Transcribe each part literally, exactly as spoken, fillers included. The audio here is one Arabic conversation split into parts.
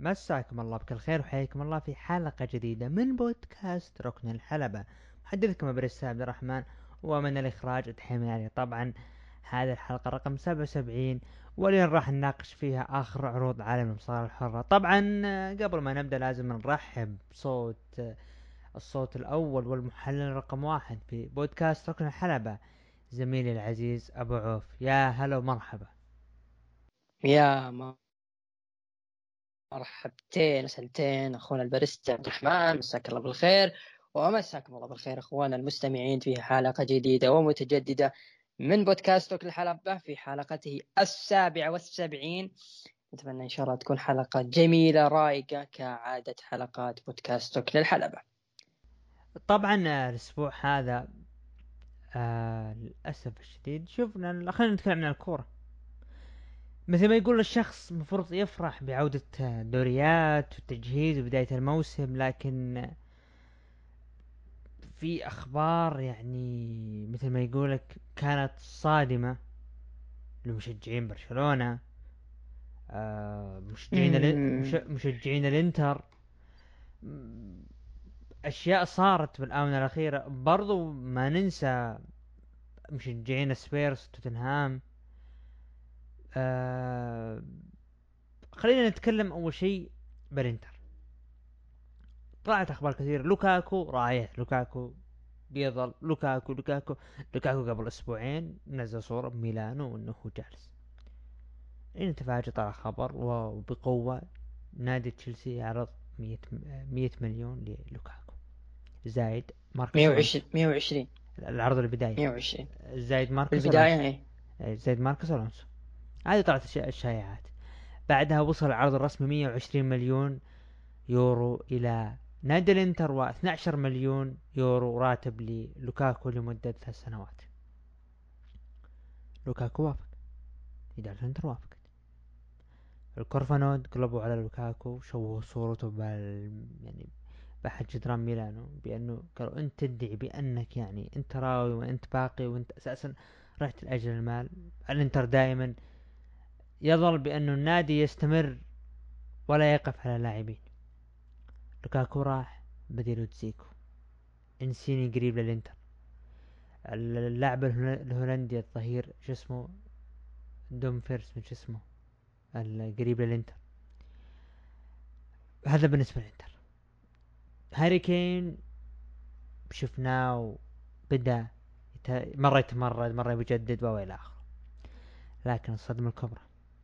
مساكم الله بكل خير وحياكم الله في حلقة جديدة من بودكاست ركن الحلبة. محدثكم أبو الرسال عبد الرحمن، ومن الإخراج الحميري. يعني طبعا هذه الحلقة رقم سبعة وسبعين، واليوم راح نناقش فيها آخر عروض عالم المصارعة الحرة. طبعا آه، قبل ما نبدأ لازم نرحب بصوت آه، الصوت الأول والمحلل رقم واحد في بودكاست ركن الحلبة، زميلي العزيز أبو عوف. يا هلا ومرحبا. يا مرحبتين وسنتين أخونا الباريستا عبد الرحمن، مساك الله بالخير. ومساكم الله بالخير أخوانا المستمعين في حلقة جديدة ومتجددة من بودكاست وكل حلبة في حلقته السابعة والسبعين. نتمنى إن شاء الله تكون حلقة جميلة رايقة كعادة حلقات بودكاست وكل الحلبة. طبعا آه، الأسبوع هذا آه للأسف الشديد شوفنا، خلينا نتكلم عن الكورة. مثل ما يقول الشخص مفروض يفرح بعودة الدوريات والتجهيز وبداية الموسم، لكن في أخبار يعني مثل ما يقولك كانت صادمة لمشجعين برشلونة، آه مشجعين ال... مش... مشجعين الانتر. أشياء صارت بالآونة الأخيرة. برضو ما ننسى مشجعين سبيرس توتنهام. آه خلينا نتكلم أول شيء بالإنتر. طلعت أخبار كثير، لوكاكو رايح، لوكاكو بيظل، لوكاكو لوكاكو لوكاكو قبل أسبوعين نزل صورة بميلانو وأنه هو جالس. إن تفاجأ طلع خبر وبقوة نادي تشيلسي يعرض مية مية مليون للوكاكو، زايد ماركوس مية ألونسو. وعشرين مية وعشرين العرض البداية مية وعشرين زايد ماركوس بالبداية ألونسو. هي. زايد ماركوس ألونسو. هذه طلعت الش- الشائعات. بعدها وصل العرض الرسمي مية وعشرين مليون يورو إلى نادي الانتر، واثني عشر مليون يورو راتب للوكاكو لمدة ثلاث سنوات. لوكاكو وافق، إدارة الانتر وافقت. الكورفانود قلبوا على لوكاكو، شوهوا صورته بال يعني بأحد جدران ميلانو، بأنه قالوا أنت تدعي بأنك يعني أنت راوي وأنت باقي وأنت أساسا رحت لأجل المال. الانتر دائما يظل بأنه النادي يستمر ولا يقف على لاعبين. لوكاكو راح بديله تزيكو. انسيني قريب للانتر. اللاعب الهولندي الظهير شو اسمه، دوم فيرس من شو اسمه، القريب للانتر. هذا بالنسبة للانتر. هاري كين شفناه بدأ مرة يتمرد، مرة يجدد وإلى آخره. لكن الصدمة الكبرى،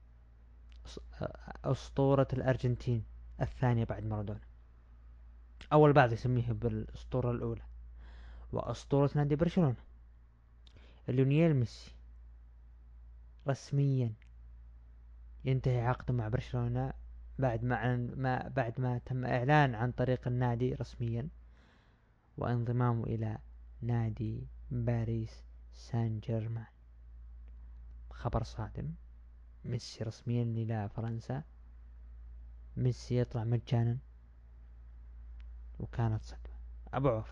أسطورة الأرجنتين الثانية بعد مارادونا. أول بعض يسميه بالأسطورة الأولى، وأسطورة نادي برشلونة، ليونيل ميسي، رسميا ينتهي عقده مع برشلونة بعد ما, ما بعد ما تم إعلان عن طريق النادي رسميا وانضمامه إلى نادي باريس سان جيرمان. خبر صادم، ميسي رسميا إلى فرنسا. ميسي يطلع مجانا، وكانت صدمة. أبو عوف.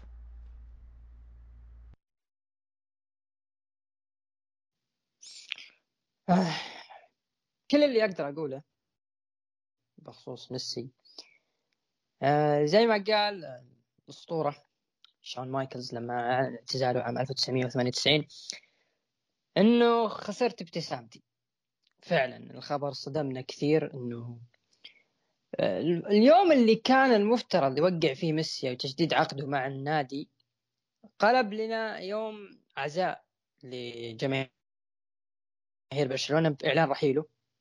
آه. كل اللي أقدر أقوله بخصوص ميسي، آه زي ما قال آه، الأسطورة شون مايكلز لما اعتزاله عام ألف وتسعمية وثمانية وتسعين، انه خسرت ابتسامتي. فعلا الخبر صدمنا كثير، انه اليوم اللي كان المفترض يوقع فيه ميسي وتجديد عقده مع النادي قلب لنا يوم عزاء لجماهير برشلونة بإعلان رحيله.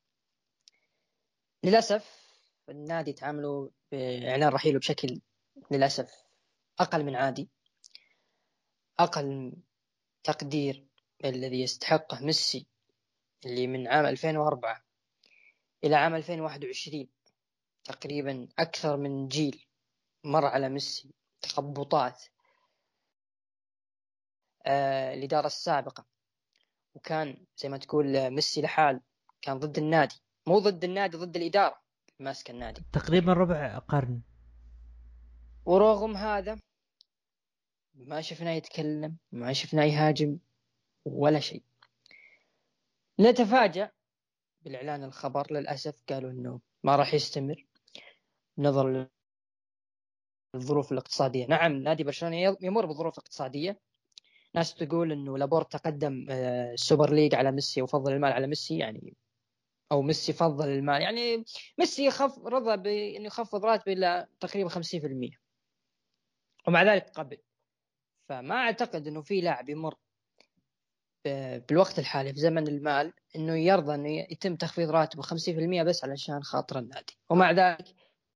للأسف النادي تعاملوا بإعلان رحيله بشكل للأسف أقل من عادي، أقل تقدير الذي يستحقه ميسي، اللي من عام ألفين وأربعة إلى عام ألفين وواحد وعشرين تقريبا أكثر من جيل مر على ميسي. تخبطات آه الإدارة السابقة، وكان زي ما تقول ميسي لحال، كان ضد النادي، مو ضد النادي، ضد الإدارة ماسك النادي. تقريبا ربع قرن. ورغم هذا ما شفناه يتكلم، ما شفناه يهاجم ولا شيء. نتفاجأ بالإعلان الخبر، للأسف قالوا إنه ما راح يستمر. نظرا للظروف الاقتصادية. نعم نادي برشلونة يمر بظروف اقتصادية، ناس تقول انه لابورتا قدم السوبر ليج على ميسي وفضل المال على ميسي، يعني او ميسي فضل المال، يعني ميسي خف رضى بانه يخفض راتبه الى تقريبا خمسين بالمئة ومع ذلك قبل. فما اعتقد انه في لاعب يمر بالوقت الحالي في زمن المال انه يرضى انه يتم تخفيض راتبه خمسين بالمئة بس علشان خاطر النادي، ومع ذلك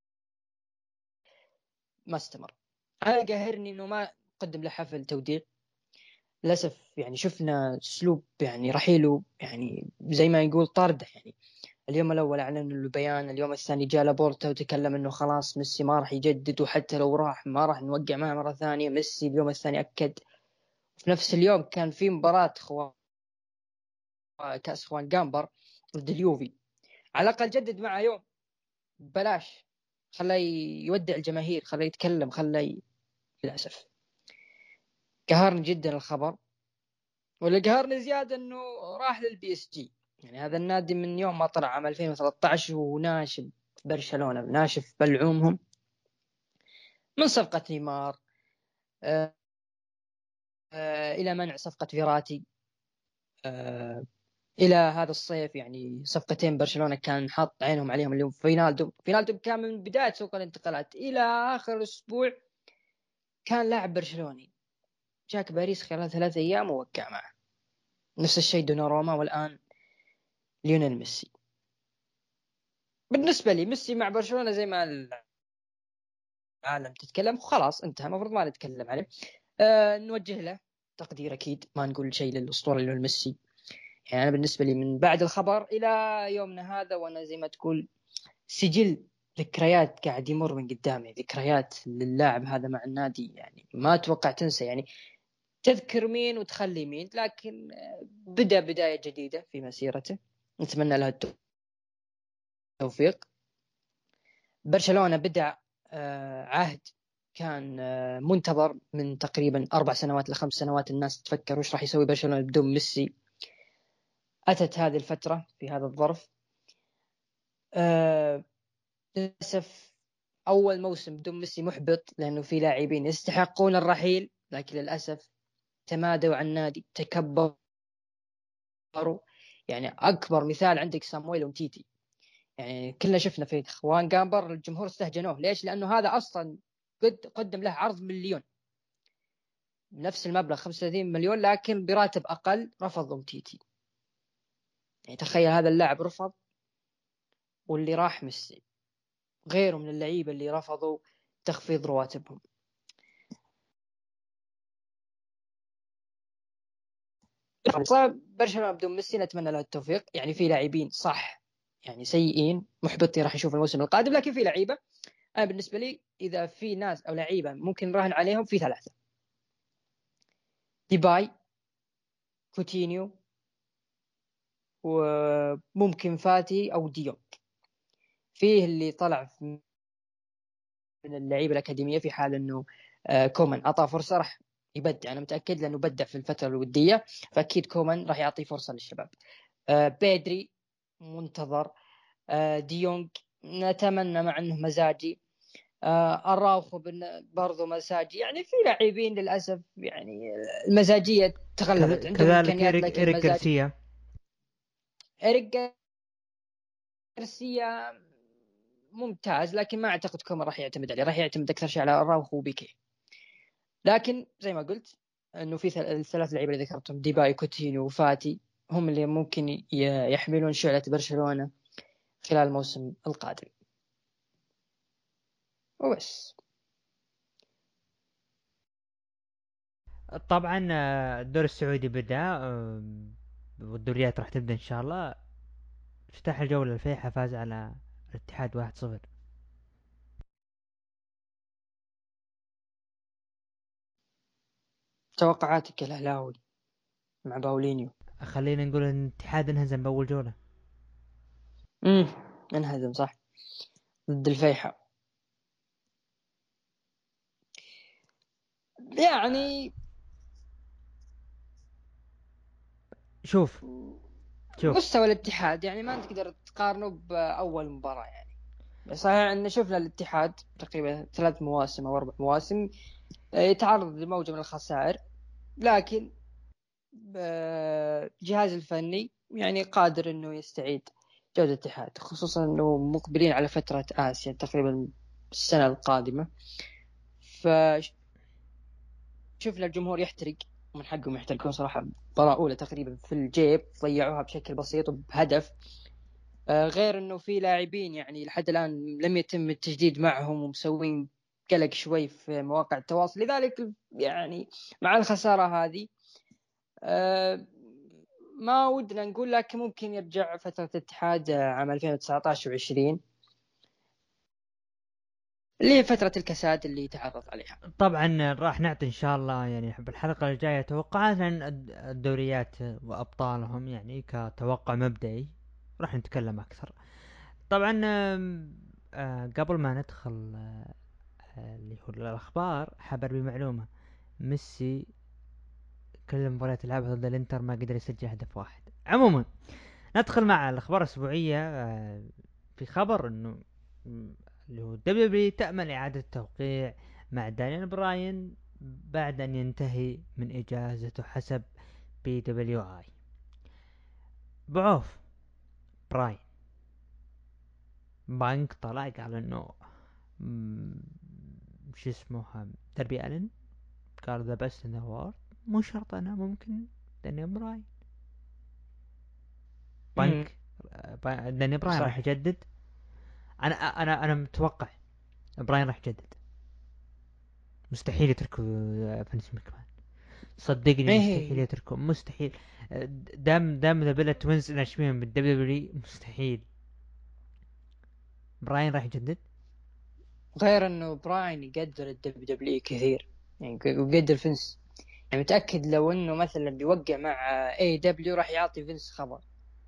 ما استمر. انا قاهرني انه ما قدم له حفل توديع للاسف. يعني شفنا اسلوب يعني رحيله، يعني زي ما يقول طارده. يعني اليوم الاول اعلن له بيان، اليوم الثاني جاء لابورتا وتكلم انه خلاص ميسي ما راح يجدد، وحتى لو راح ما راح نوقع معه مره ثانيه. ميسي اليوم الثاني اكد. في نفس اليوم كان في مباراه خو... كاس خوان جامبر ضد اليوفي، على الاقل جدد معه يوم بلاش، خلاه يودع الجماهير، خلاه يتكلم، خلاه ي... للاسف قهرني جدا الخبر. واللي قهرني زياده انه راح للبي اس جي. يعني هذا النادي من يوم ما طلع عام ألفين وثلاثة عشر وناشف برشلونه، ناشف بلعومهم من صفقه نيمار آه آه الى منع صفقه فيراتي، آه الى هذا الصيف يعني صفقتين برشلونه كان حاط عينهم عليهم، اليوم فينالدو. فينالدو كان من بدايه سوق الانتقالات الى اخر اسبوع كان لاعب برشلوني، جاك باريس خلال ثلاثة ايام ووقع معه. نفس الشيء دوناروما، والان ليونيل ميسي. بالنسبه لي ميسي مع برشلونه زي ما العالم تتكلم، خلاص انتهى، المفروض ما نتكلم عليه. أه نوجه له تقدير اكيد، ما نقول شيء للاسطوره ليونيل ميسي. يعني انا بالنسبه لي من بعد الخبر الى يومنا هذا وانا زي ما تقول سجل ذكريات قاعد يمر من قدامي، ذكريات للاعب هذا مع النادي، يعني ما اتوقع تنسى. يعني تذكر مين وتخلي مين، لكن بدأ بداية جديدة في مسيرته، نتمنى له التوفيق. برشلونة بدأ عهد كان منتظر من تقريبا أربع سنوات لخمس سنوات، الناس تفكر وش راح يسوي برشلونة بدون ميسي. أتت هذه الفترة في هذا الظرف. للأسف أول موسم بدون ميسي محبط، لأنه في لاعبين يستحقون الرحيل لكن للأسف تمادوا عن النادي، تكبروا. يعني أكبر مثال عندك سامويل ومتيتي، يعني كلنا شفنا في خوان جامبر الجمهور استهجنوه. ليش؟ لأنه هذا أصلا قد قدم له عرض مليون، نفس المبلغ خمسة وثلاثين مليون لكن براتب أقل، رفض أمتيتي. يعني تخيل هذا اللاعب رفض، واللي راح ميسي. غيره من اللعيبة اللي رفضوا تخفيض رواتبهم. برشلونة بدون ميسي نتمنى له التوفيق. يعني في لاعبين صح يعني سيئين محبطين راح نشوف الموسم القادم، لكن في لعيبة أنا بالنسبة لي إذا في ناس أو لعيبة ممكن نراهن عليهم في ثلاثة: ديباي، كوتينيو، وممكن فاتي أو ديونج. فيه اللي طلع من اللعيبة الأكاديمية في حال أنه كومان أعطاه فرصة راح يبدع، أنا متأكد لأنه بدع في الفترة الودية، فأكيد كومان راح يعطي فرصة للشباب. بيدري منتظر، ديونج نتمنى مع أنه مزاجي، أراوخو برضو مزاجي. يعني في لاعبين للأسف يعني المزاجية تغلبت عندهم كذلك إمكانيات إيريك لكن إيريك المزاج. جارسيا. إيريك جارسيا ممتاز لكن ما أعتقد كومان راح يعتمد عليه، راح يعتمد أكثر شيء على أراوخو وبيكي. لكن زي ما قلت انه في الثلاث لعيبه اللي ذكرتهم ديباي كوتينيو وفاتي هم اللي ممكن يحملون شعلة برشلونة خلال الموسم القادم وبس. طبعا الدور السعودي بدأ، والدوريات راح تبدأ إن شاء الله. افتتاح الجولة الفيحة فاز على الاتحاد واحد صفر. توقعاتك الأهلاوي مع باولينيو؟ خلينا نقول ان الاتحاد انهزم بأول جولة. امم انهزم صح ضد الفيحة. يعني شوف شوف مستوى الاتحاد يعني ما تقدر تقارنه بأول مباراة. يعني صحيح أن شفنا الاتحاد تقريبا ثلاث مواسم أو أربع مواسم يتعرض لموجة من الخسائر، لكن الجهاز الفني يعني قادر إنه يستعيد جودة الاتحاد، خصوصا إنه مقبلين على فترة آسيا تقريبا السنة القادمة. فشفنا الجمهور يحترق، من حقهم يحترقون صراحة. مباراة أولى تقريبا في الجيب ضيعوها بشكل بسيط وبهدف، غير إنه في لاعبين يعني لحد الآن لم يتم التجديد معهم ومسوين قلق شوي في مواقع التواصل. لذلك يعني مع الخسارة هذه ما ودنا نقول، لكن ممكن يرجع فترة الاتحاد عام ألفين وتسعة عشر و20 اللي هي فترة الكساد اللي تعرض عليها. طبعا راح نعطي ان شاء الله يعني بالحلقة الجاية توقعات عن الدوريات وابطالهم، يعني كتوقع مبدئي راح نتكلم اكثر. طبعا آه، قبل ما ندخل آه، اللي هو الاخبار، حابر بمعلومة: ميسي كل المباريات اللي لعبها ضد الانتر ما قدر يسجل هدف واحد. عموما ندخل مع الاخبار الاسبوعية. آه، في خبر انه اللي هو دبليو دبليو تأمل اعادة التوقيع مع دانيال براين بعد ان ينتهي من اجازته حسب بي دبليو اي. بعوف براين بانك طلع قال انه شو اسمه دربي الن قال ذا بست ان ذا وورد، مو شرط انا، ممكن دانيال براين. بانك دانيال براين راح صح. يجدد. انا انا انا متوقع براين راح يجدد، مستحيل يتركوا فينس مكمان، صدقني مستحيل ايه يتركوا، مستحيل. دام دام ذا بيلا توينز ناشمين بالدبليو دبليو مستحيل براين راح يجدد. غير انه براين يقدر الدبليو دبليو كثير، يعني يقدر فينس. يعني متأكد لو انه مثلا بيوقع مع اي دبليو راح يعطي فينس خبر.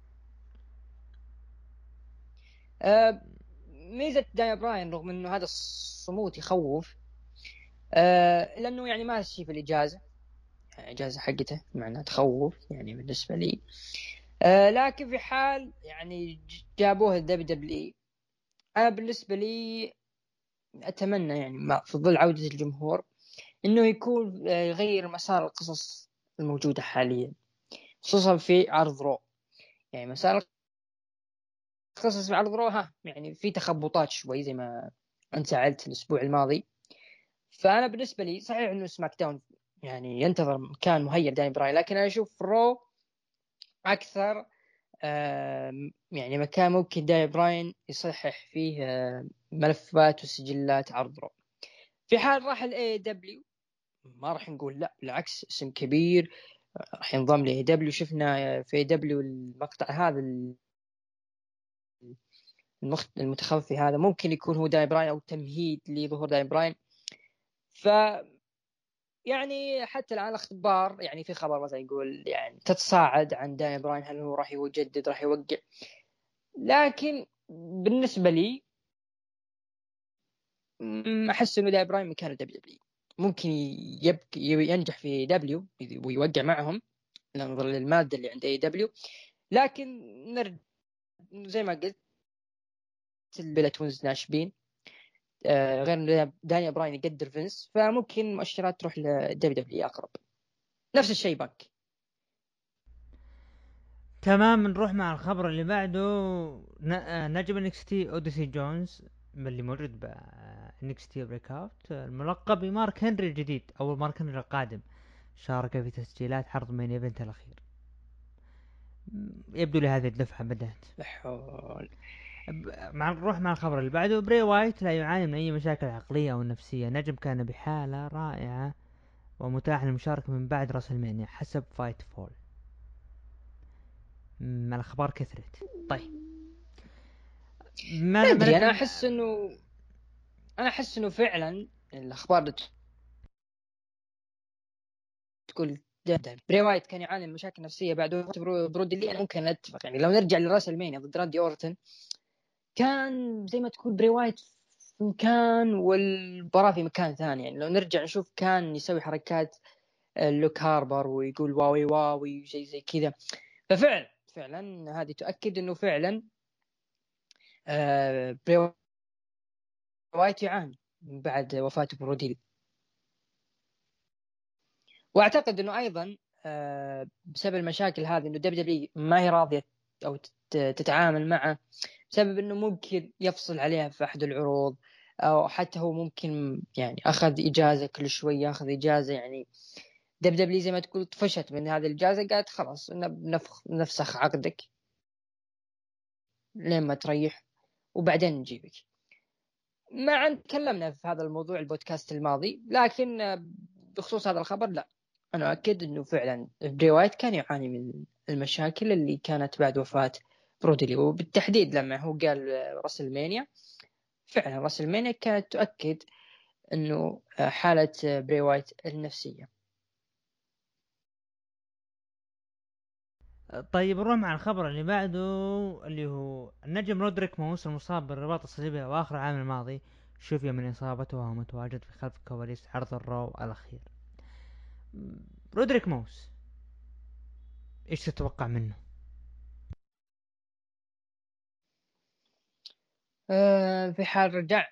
آه ميزة دانيال براين رغم انه هذا الصمود يخوف، آه لانه يعني ماشي في الاجازة، اجازة حقته معناه تخوف يعني بالنسبة لي. آه لكن في حال يعني جابوه الدبليو دبليو، انا بالنسبة لي اتمنى يعني في ظل عودة الجمهور انه يكون يغير مسار القصص الموجودة حاليا، خصوصا في عرض رو. يعني مسار القصص في عرض رو ها يعني في تخبطات شوي زي ما انت سألت الاسبوع الماضي. فانا بالنسبة لي صحيح انه سماك داون يعني ينتظر مكان مهيأ داني براين، لكن انا اشوف رو اكثر يعني مكان ممكن داني براين يصحح فيه ملفات وسجلات عرض رو. في حال راح الاي دبليو ما راح نقول لا، بالعكس اسم كبير راح ينضم ل دبليو. شفنا في دبليو المقطع هذا المتخفي هذا ممكن يكون هو داي براين او تمهيد لظهور داي براين. ف يعني حتى الان الاخبار يعني في خبر مثلا يقول يعني تتصاعد عن داي براين، هل هو راح يجدد راح يوقع. لكن بالنسبه لي احس انه داي براين مكان دبليو دبليو ممكن يبقى ينجح في دبليو ويوقع معهم ننظر للماده اللي عند اي دبليو. لكن نرجع زي ما قلت البلا توينز ناشبين، آه غير دانيال براين يقدر فينس، فممكن مؤشرات تروح لدبليو دبليو اقرب. نفس الشيء باك. تمام، نروح مع الخبر اللي بعده. نجم انكس تي اوديسي جونز اللي موجود ب انكس تي بريك اوت الملقب بمارك هنري الجديد او مارك هنري القادم، شارك في تسجيلات عرض مين ايفنت الاخير. يبدو لي هذه الدفعة بدأت. لحول. مع نروح مع الخبر اللي بعده. بري وايت لا يعاني من اي مشاكل عقلية او نفسية، نجم كان بحالة رائعة ومتاح للمشاركة من بعد راس المانيا حسب فايت فول. ما الاخبار كثرت. طيب ما ما ما ادري، انا ندري. احس انه انا احس انه فعلا الاخبار تقول ده بري وايت كان يعاني من مشاكل نفسيه بعد وفاة برودي لي. انا ممكن اتفق يعني لو نرجع لراس المانيا ضد راندي اورتن كان زي ما تقول بري وايت في مكان والمباراة في مكان ثاني. يعني لو نرجع نشوف كان يسوي حركات لوك هاربر ويقول واوي واوي شيء زي كذا. ففعلا فعلا هذه تؤكد انه فعلا آه بري وايت يعاني بعد وفاة بروديلي. واعتقد انه ايضا بسبب المشاكل هذه انه دبليو دبليو ما هي راضيه او تتعامل معه، بسبب انه ممكن يفصل عليها في احد العروض، او حتى هو ممكن يعني اخذ اجازه كل شوي ياخذ اجازه. يعني دبليو دبليو زي ما تقول طفشت من هذه الاجازه، قالت خلاص نفخ نفسخ عقدك لين ما تريح وبعدين نجيبك. ما تكلمنا في هذا الموضوع البودكاست الماضي، لكن بخصوص هذا الخبر لا، أنا أكد أنه فعلا بري وايت كان يعاني من المشاكل اللي كانت بعد وفاة برودلي، وبالتحديد لما هو قال راسلمانيا، فعلا راسلمانيا كانت تؤكد أنه حالة بري وايت النفسية. طيب نروح مع الخبر اللي بعده، اللي هو النجم رودريك موس المصاب بالرباط الصليبي أواخر العام الماضي شفي من إصابته وهو متواجد في خلف كواليس عرض الرو الأخير. رودريك موس إيش تتوقع منه؟ أه في حال رجع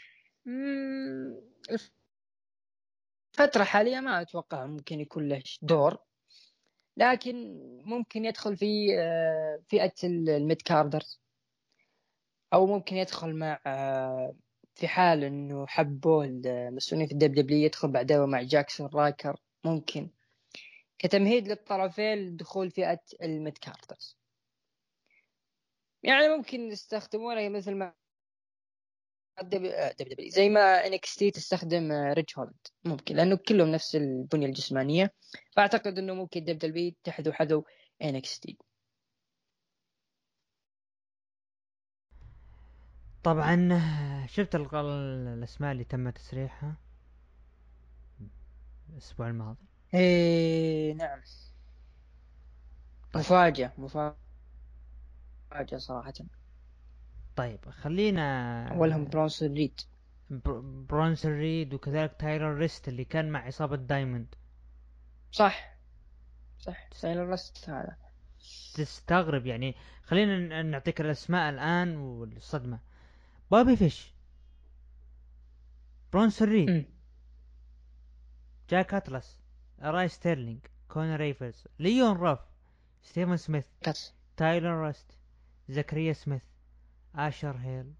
فترة حالية ما أتوقع ممكن يكون له دور، لكن ممكن يدخل في فئة الميد كاردرز، أو ممكن يدخل مع في حال إنه حبوا المسؤولين في الدبليو دبليو يدخل بعدها مع جاكسون رايكر، ممكن كتمهيد للطرفين لدخول فئة الميد كاردرز. يعني ممكن يستخدمونه مثل ما دبليو دبليو زي ما انكس تي تستخدم ريتش هولند، ممكن لأنه كلهم نفس البنية الجسمانية، فأعتقد إنه ممكن دبليو دبليو تحذو حذو انكس تي. طبعا شفت الأسماء اللي تم تسريحها الأسبوع الماضي. إيه نعم. طيب مفاجأة مفاجأة صراحة. طيب خلينا أولهم برونسون ريد. برونسون ريد وكذلك تايلر ريست اللي كان مع إصابة دايموند. صح صح تايلر ريست هذا تستغرب يعني. خلينا نعطيك الأسماء الآن والصدمة: بوبي فيش، برونسون ريد، م. جاك أتلس، راي ستيرلينج، كونر ريفلز، ليون روف، ستيفن سميث، كاس. تايلر ريست، زكريا سميث، آشر هيل،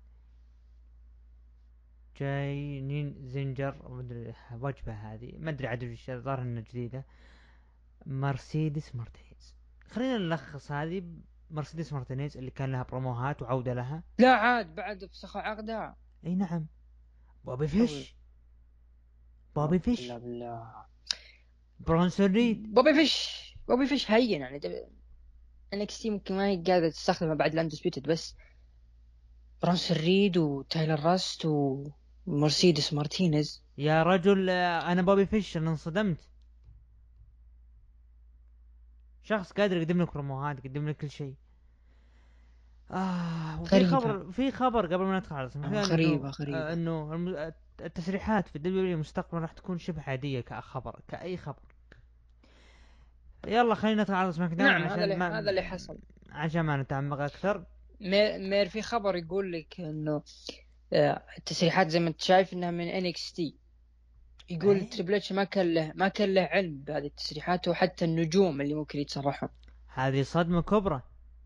جاي نين زنجر مدري وجبة هذه ما ادري عاد وش الظاهر انها جديدة، مرسيدس مارتينيز. خلينا نلخص هذه. مرسيدس مارتينيز اللي كان لها بروموهات وعودة لها. لا عاد بعد فسخوا عقدها. اي نعم. بوبي حول فيش، بوبي الله فيش، بالله. برونسون ريد. بوبي فيش بوبي فيش هين يعني انكس تي ممكن ما هي قاعدة تستخدمه بعد الاندسبيوتد، بس برونسون ريد وتايلر راست ومرسيدس مارتينيز. يا رجل انا بوبي فيش انا انصدمت. شخص قادر يقدم لك بروموهات يقدم لك كل شيء. آه وفي غريبة خبر في خبر قبل ما ندخل على السماك انه غريبة آه غريبة. انه الم- التسريحات في الدبليو مستقبلا راح تكون شبه عادية كخبر كأي خبر. يلا خلينا ندخل على سماك داون نعم هذا عشان اللي ما هذا اللي حصل. عشان ما نتعمق اكثر. مير, مير في خبر يقول لك انه آه، التسريحات زي ما انت شايف انها من انكس تي. يقول ايه تريبل اتش ما كان له ما كان له علم بهذه التسريحات، وحتى النجوم اللي ممكن يتصرحون. هذه صدمة كبرى.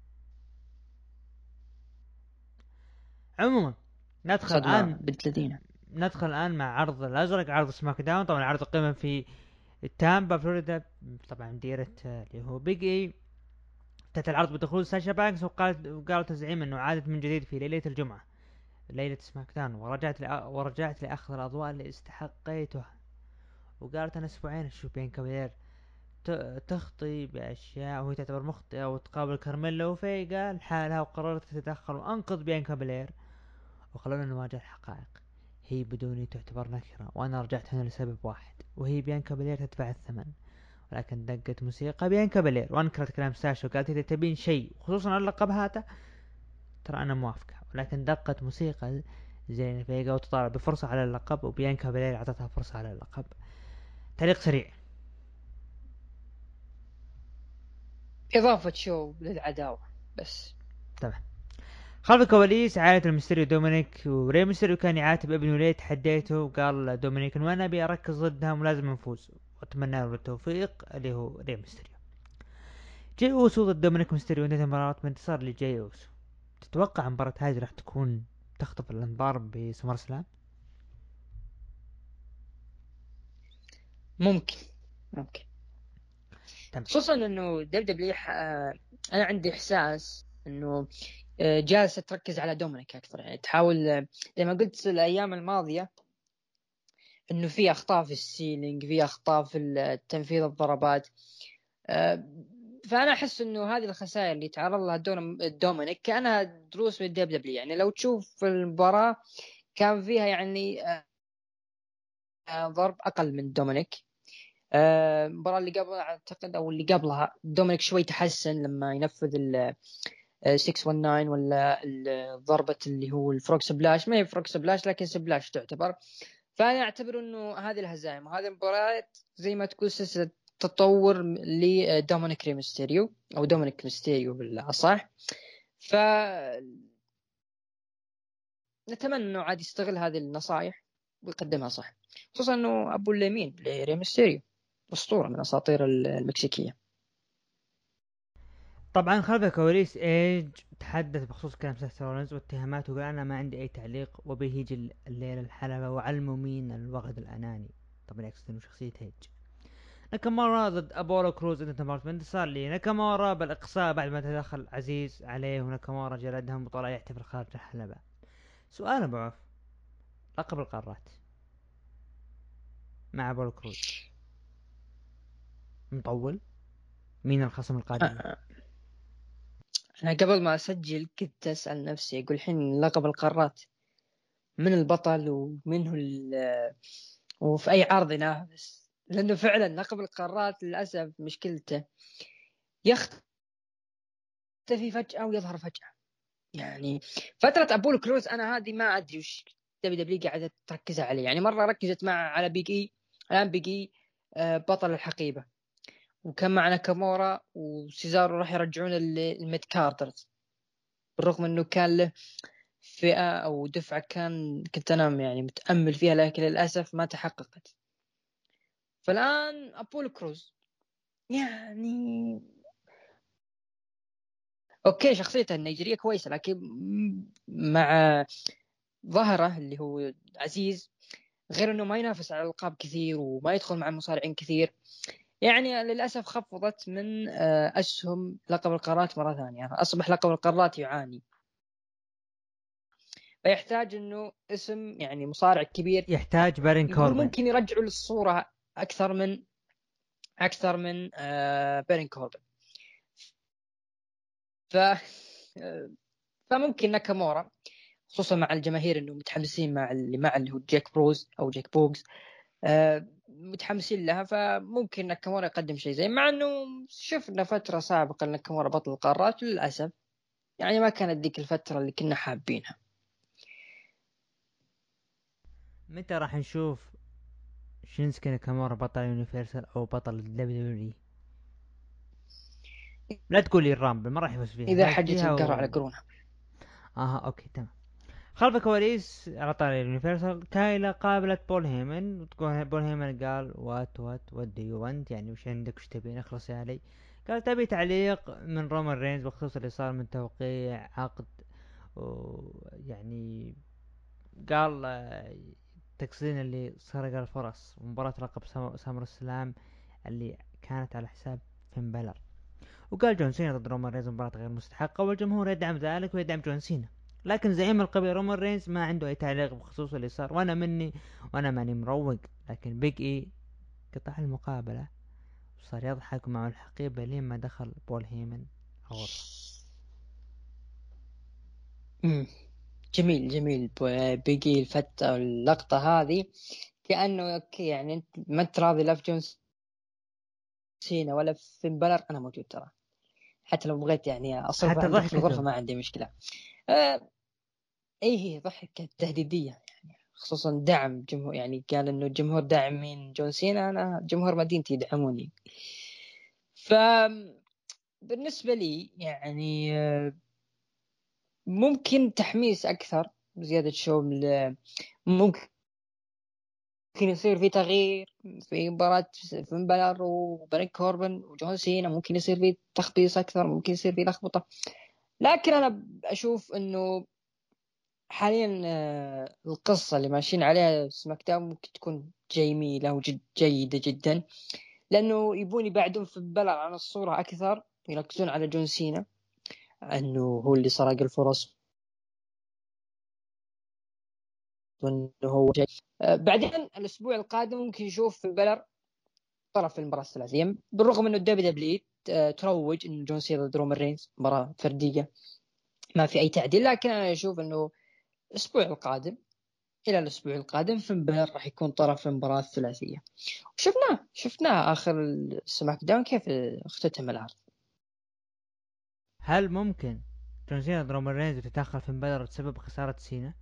عموما ندخل صدمة الان بنت لذينة. ندخل الان مع عرض الازرق، عرض سماك داون. طبعا عرض القمة في تامبا فلوريدا، طبعا ديرة اللي هو بيج اي. انتهت العرض بدخول ساشا بانكس وقالت وقالت تزعيم انه عادت من جديد في ليلة الجمعة ليلة سماك داون، ورجعت لأ ورجعت لاخذ الاضواء اللي استحقيتها. وقالت انا اسبوعين اشوف بين كابير تخطي باشياء وهي تعتبر مخطئة وتقابل كارميلا وفيجا لحالها، وقررت تتدخل وانقذ بيانكا بلير وخلونا نواجه الحقائق. هي بدوني تعتبر نكرة وانا رجعت هنا لسبب واحد، وهي بيانكا بلير تدفع الثمن. ولكن دقت موسيقى بيانكا بلير وانكرت كلام ساشا وقالت اذا تبين شيء خصوصا على اللقب هذا ترى انا موافقة. ولكن دقت موسيقى زين فيجا وتطالب بفرصة على اللقب، وبيانكا بلير اعطتها فرصة على اللقب. تعليق سريع. إضافة شو للعداوة بس. تمام. خلف الكواليس عائلة الميستيريو دومينيك وري ميستيريو كان يعاتب ابنه ليه تحديته، وقال دومينيك انه انا ابي اركز ضدهم ولازم نفوز، واتمنى له التوفيق اللي هو ري ميستيريو. جاي اوسو ضد دومينيك ميستيريو انتهت المباراة بانتصار لجاي اوسو. تتوقع المباراة هذه راح تكون تخطف الانظار بسمر سلام؟ ممكن ممكن تمام. خصوصا انه دب دبليو انا عندي احساس انه آه، جالسه تركز على دومينيك اكثر، يعني تحاول آه، زي ما قلت الايام الماضيه انه في اخطاء في السيلينج، في اخطاء في تنفيذ الضربات. آه، فانا احس انه هذه الخسائر اللي تعرض لها دومينيك كانها دروس من الدب دبليو. يعني لو تشوف المباراه كان فيها يعني آه، آه، ضرب اقل من دومينيك. آه، المباراة اللي قبل أعتقد أو اللي قبلها دومينيك شوي تحسن لما ينفذ ال ستة واحد تسعة ولا ضربة اللي هو الفروك سبلاش، ما هي فروك سبلاش لكن سبلاش تعتبر. فأنا أعتبر إنه هذه الهزائم وهذه المباريات زي ما تقول سلسلة تطور لدومينيك ريمستيريو أو دومينيك ميستيريو بالأصح. فنتمنى إنه عاد يستغل هذه النصائح ويقدمها صح، خصوصا إنه أبو اليمين لريمستيريو أسطورة من أساطير المكسيكية. طبعا خلف الكواليس ايج تحدث بخصوص كلام سيث رولينز واتهاماته، وقال انا ما عندي اي تعليق وبيجي الليله الحلبه وعلموا مين الوغد الاناني. طبعا يقصد انه شخصيه هيج. ناكامورا ضد ابولو كروز انت مارت صار لي ناكامورا بالاقصاء بعد ما تدخل عزيز عليه، وناكامورا جلدهم وطلع يحتفل خارج الحلبه. سؤال ابو عوف، لقب القارات مع ابولو كروز مطول، مين الخصم القادم له؟ أنا قبل ما أسجل كنت أسأل نفسي أقول الحين لقب القارات من البطل ومنه ال- وفي أي عرض ينافس، لأنه فعلا لقب القارات للأسف مشكلته يختفي فجأة ويظهر فجأة. يعني فترة أبولو كروز أنا هذه ما أدري وش دبليو دبليو قاعدة تركز عليه. يعني مرة ركزت مع على بيجي، الآن بيجي آه، بطل الحقيبة، وكان معنا كامورا وسيزارو راح يرجعون الميد كاردرز، بالرغم أنه كان له فئة أو دفعة كان كنت أنا يعني متأمل فيها لكن للأسف ما تحققت. فالآن أبولو كروز يعني أوكي شخصيته النيجيرية كويسة، لكن مع ظهره اللي هو عزيز غير أنه ما ينافس على الألقاب كثير وما يدخل مع المصارعين كثير، يعني للأسف خفضت من أسهم لقب القارات مرة ثانية، أصبح لقب القارات يعاني. فيحتاج انه اسم يعني مصارع كبير يحتاج بارين يقول كوربن. ممكن يرجعوا للصورة اكثر من اكثر من آه بارين كوربن. ف آه، فممكن ناكامورا خصوصا مع الجماهير انه متحمسين مع اللي مع اللي هو جاك بروز او جاك بوغز، آه متحمسين لها، فممكن ناكامورا يقدم شيء زي، مع انه شفنا فترة سابقة ناكامورا بطل القارات للاسف يعني ما كانت ذيك الفترة اللي كنا حابينها. متى راح نشوف شينسكي ناكامورا بطل يونيفرسال او بطل الدبليو دبليو؟ لا تقولي الرامبل ما راح يفوز فيها، اذا فاز حجت فيها القرع على و... قرونها. اها اوكي تمام. خلف الكواليس على طاري اليونيفرسال، كايلا قابلت بول هيمن، وتقول بول هيمن قال وات وات وات دو يو وانت، يعني وش عندك وش تبين اخلص يا علي. قال تبي تعليق من رومان رينز بخصوص اللي صار من توقيع عقد، ويعني قال آه، تقصدين اللي سرق الفرص ومباراة لقب سامر السلام اللي كانت على حساب فين بلر. وقال جون سينا ضد رومان رينز مباراة غير مستحقة والجمهور يدعم ذلك ويدعم جون سينا، لكن زعيم القبيلة رومان رينز ما عنده اي تعليق بخصوص اللي صار، وانا مني وانا ماني مروق. لكن بيج اي قطع المقابلة وصار يضحك مع الحقيبة لين ما دخل بول هيمن غرفة. مم. جميل جميل بيجي الفتة اللقطة هذه كأنه اوكي يعني انت ما انت راضي لا في جون سينا ولا في فين بلر، انا موجود ترى، حتى لو بغيت يعني اصرف حتى عندك في الغرفة ضحكته. ما عندي مشكلة. آه ايه هي ضحكة تهديدية يعني، خصوصا دعم جمهور، يعني قال انه الجمهور داعمين جون سينا، انا جمهور مدينتي يدعموني. ف بالنسبة لي يعني آه ممكن تحميس أكثر، زيادة شو ممكن يصير في تغيير في مباراة فين بالر وبرين كوربن وجون سينا، ممكن يصير في تخبيص أكثر، ممكن يصير في لخبطة. لكن أنا أشوف إنه حاليا آه، القصة اللي ماشيين عليها سماك داون ممكن تكون جميلة وجد جيدة جدا، لأنه يبون يبعدون في بالر عن الصورة أكثر، يركزون على جون سينا أنه هو اللي سرق الفرص وأنه هو جاي. آه، بعدين الأسبوع القادم ممكن نشوف في بالر طرف المباراة الثلاثية، بالرغم أنه الدبليو دبليو إي تروج أن جون سينا ضد رومان رينز مباراة فردية ما في أي تعديل، لكن أنا أشوف أنه الأسبوع القادم إلى الأسبوع القادم فين بالر راح يكون طرف المباراة الثلاثية. شفناه شفناه آخر السماك داون كيف اختتم العرض. هل ممكن جون سينا ضد رومان رينز تتدخل في مبادرة بسبب خسارة سينا؟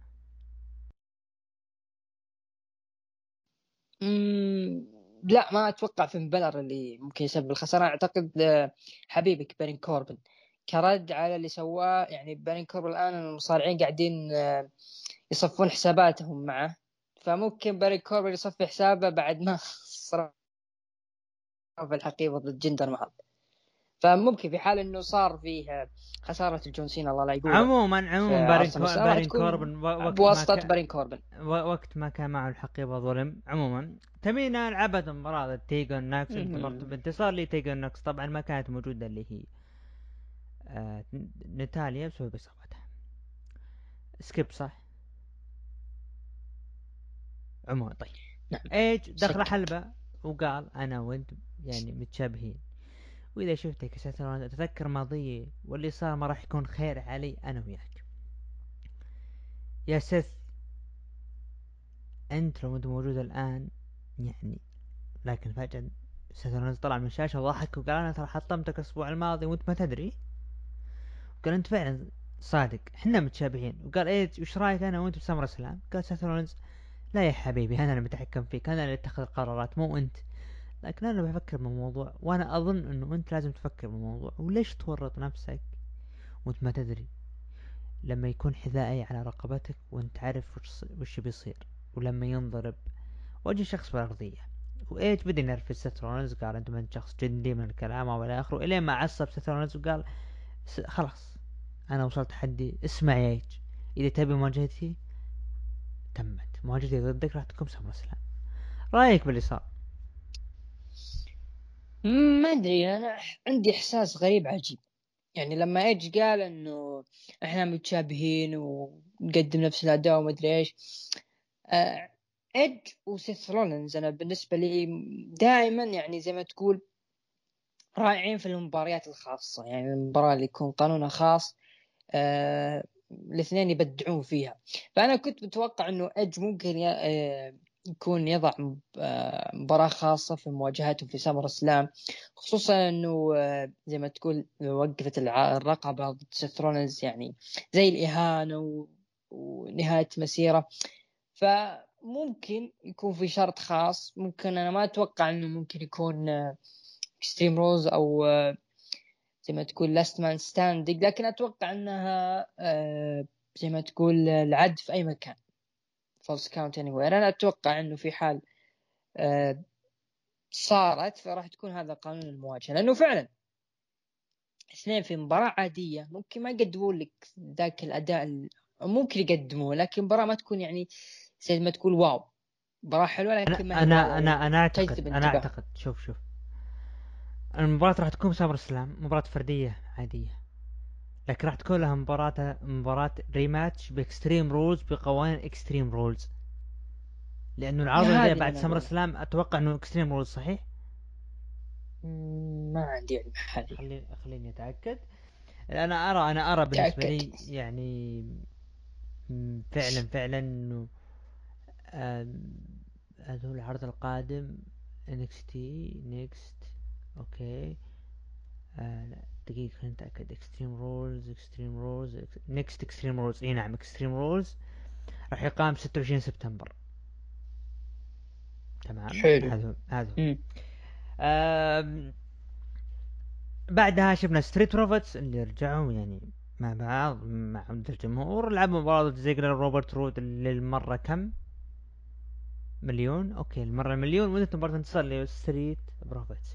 مم... لا ما أتوقع في بالر اللي ممكن يسبب الخسارة. أعتقد آه، حبيبك بارين كوربن كرد على اللي سواه. يعني بارين كوربن الآن المصارعين قاعدين آه، يصفون حساباتهم معه، فممكن بارين كوربن يصفي حسابه بعد ما صار في الحقيبة ضد جندر محل. فممكن في حال انه صار فيه خسارة جون سينا الله لا يقوله عموما في عموما عرض بارين كو... سمر راح بارين تكون كوربن وقت ما بواسطة كان بارين كوربن. وقت ما كان معه الحقيبة ظلم. عموما تمينا لعبت مباراة تيجون ناكس انتظرت بانتصار لي تيجون ناكس، طبعا ما كانت موجودة اللي هي آه نتاليا بسبب إصابتها. سكيب صح. عموما طيب، نعم ايج دخل سكت. حلبة وقال انا وانت يعني متشابهين، واذا شفتك سترى اتذكر ماضيي واللي صار ما راح يكون خير علي انا وياك يا سيث. انت لو انت موجود الان يعني. لكن فجأة سيث طلع من الشاشة وضحك وقال انا ترى حطمتك الاسبوع الماضي وانت ما تدري. قال انت فعلا صادق احنا متشابهين. وقال ايج وش رايك انا وانت بسمر سلام؟ قال سيث رولينز لا يا حبيبي انا اللي متحكم فيك، انا اللي اتخذ القرارات مو انت. لكن انا بفكر بالموضوع وانا اظن انه انت لازم تفكر بالموضوع، وليش تورط نفسك وانت ما تدري لما يكون حذائي على رقبتك وانت عارف وش, وش بيصير ولما ينضرب وجه شخص بالارضية. وايج بدي نرفز سيث رولينز قال انت ما انت شخص جدي من الكلام والى اخره، الين ما عصب سيث رولينز وقال خلاص انا وصلت حدي. اسمع يا ايج، اذا تبي مواجهتي تمت، مواجهتي ضدك راح تكون سمر سلام. رايك باللي صار؟ ما ادري انا عندي احساس غريب عجيب. يعني لما ايج قال انه احنا متشابهين ونقدم نفس الاداء وما ادري ايش، آه، ايج وسيث رولينز انا بالنسبة لي دائما يعني زي ما تقول رائعين في المباريات الخاصة. يعني المباراة اللي يكون قانونها خاص آه، الاثنين يبدعون فيها. فأنا كنت متوقع أنه إدج ممكن ي- آه، يكون يضع مب- آه، مباراة خاصة في مواجهاتهم في سمر سلام، خصوصا أنه آه، زي ما تقول وقفت الع- الرقبة ضد سيث رولينز، يعني زي الإهانة و- ونهاية مسيرة. فممكن يكون في شرط خاص. ممكن أنا ما أتوقع أنه ممكن يكون اكستريم روز أو آه، زي ما تقول لاست مان ستاندينج، لكن اتوقع انها آه، زي ما تقول العد في اي مكان، فولس كاونت اني وير. انا اتوقع انه في حال آه، صارت فراح تكون هذا قانون المواجهه، لانه فعلا اثنين في مباراه عاديه ممكن ما يقدمون لك ذاك الاداء ال- ممكن يقدموه، لكن مباراه ما تكون يعني زي ما تقول واو. مباراه حلوه انا لكن ما هي انا واو انا انا اعتقد وتجذب انا انتباه. اعتقد شوف شوف المباراة راح تكون سمر سلام مباراة فردية عادية، لكن راح تكون لها مباراة مباراة ريماتش باكستريم رولز بقوانين اكستريم رولز، لانه العرض اللي جاي هذه اللي بعد انا سمر اقوله. سلام اتوقع انه اكستريم رولز صحيح. مم، ما عندي علم حاليا. خليني خليني اتاكد. انا ارى انا ارى بالنسبة تاكد. لي يعني م، فعلا فعلا انه آم، هذول العرض القادم انكس تي نيكست. اوكي آه لا دقيقة خلينا نتأكد. اكستريم رولز اكستريم رولز نيكست اكستريم رولز اي نعم اكستريم رولز راح يقام ستة وعشرين سبتمبر. تمام حلو. هذا هذا مم. آم، بعدها شفنا ستريت بروفيتس اللي رجعوا يعني مع بعض مع عودة الجمهور. لعبوا مباراة ضد زيجلر روبرت رود للمرة كم؟ مليون. اوكي المرة المليون. وانت مباراة انتصار لستريت بروفيتس.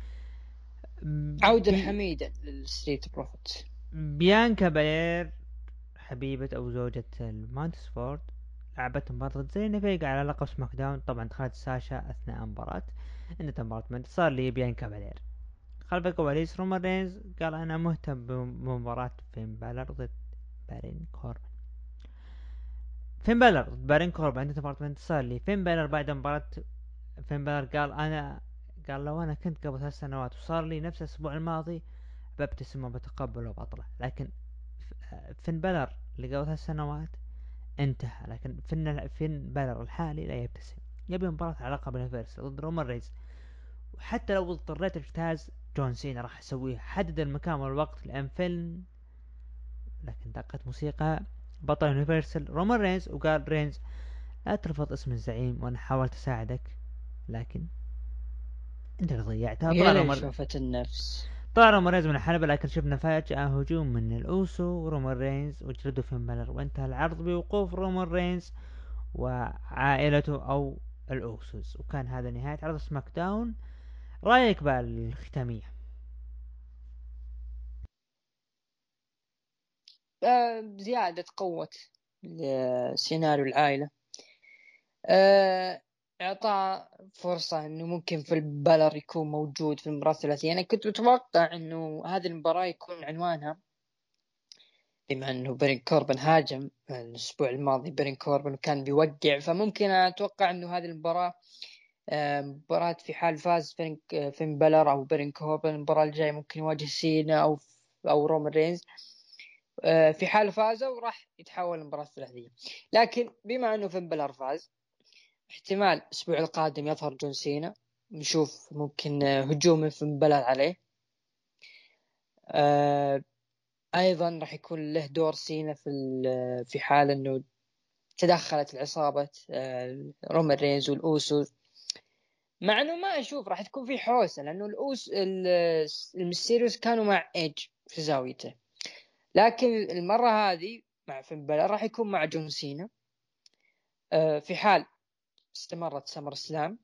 عودة بي... حميدة للستريت بروفيتس. بيانكا بالير حبيبة او زوجة المانتسفورد لعبت مباراة ضد زينا فيجا على لقب سماك داون. طبعا دخلت ساشا اثناء المباراة. انت مباراة من انتصار لبيانكا بالير. خلف الكواليس رومان رينز قال انا مهتم بمباراة فين بالر ضد بارين كوربن. فين بالر ضد بارين كوربن. انت مباراة من انتصار لي. فين بالر بعد مباراة فين بالر قال انا قال لو انا كنت قبل ثلاث سنوات وصار لي نفس الاسبوع الماضي ببتسم وبتقبل وبطلع. لكن فين بالر اللي قبل ثلاث سنوات انتهى. لكن فين فين بالر الحالي لا يبتسم. يبي مباراة على لقب اليونيفرسال ضد رومان رينز. وحتى لو اضطريت اجتاز جون سينا راح اسويه. حدد المكان والوقت لان فيلم. لكن دقت موسيقى بطل يونيفرسال رومان رينز وقال رينز لا ترفض اسم الزعيم وانا حاولت اساعدك لكن انت اللي ضيعتها. هي طلع اللي رومان شوفت النفس. طلع رومان رينز من الحلبة. لكن شفنا فجأة هجوم من الأوسو ورومان رينز وجلدوا فين بالر. وانتهى العرض بوقوف رومان رينز وعائلته أو الأوسوس. وكان هذا نهاية عرض سماك داون. رأيك بقى الختامية؟ آه زيادة قوة سيناريو العائلة. آه إعطاء فرصة إنه ممكن في البالر يكون موجود في المباراة الثلاثية. أنا كنت متوقع إنه هذه المباراة يكون عنوانها، بما إنه برين كوربن هاجم الأسبوع الماضي برين كوربن وكان بيوقع، فممكن أتوقع إنه هذه المباراة آه مباراة في حال فاز فين فين بالر أو برين كوربن المباراة الجاية ممكن يواجه سينا أو أو رومان رينز. آه في حال فازوا راح يتحول المباراة الثلاثية. لكن بما إنه فين بالر فاز احتمال الأسبوع القادم يظهر جون سينا. نشوف ممكن هجوم من فين بالر عليه. آه أيضا راح يكون له دور سينا في في حال إنه تدخلت العصابة آه رومان رينز والأوسوس. مع إنه ما أشوف راح تكون في حوسة لأنه الأوس الميستيريوس كانوا مع إيج في زاويته. لكن المرة هذه مع فين بالر راح يكون مع جون سينا. آه في حال استمرت سمر سلام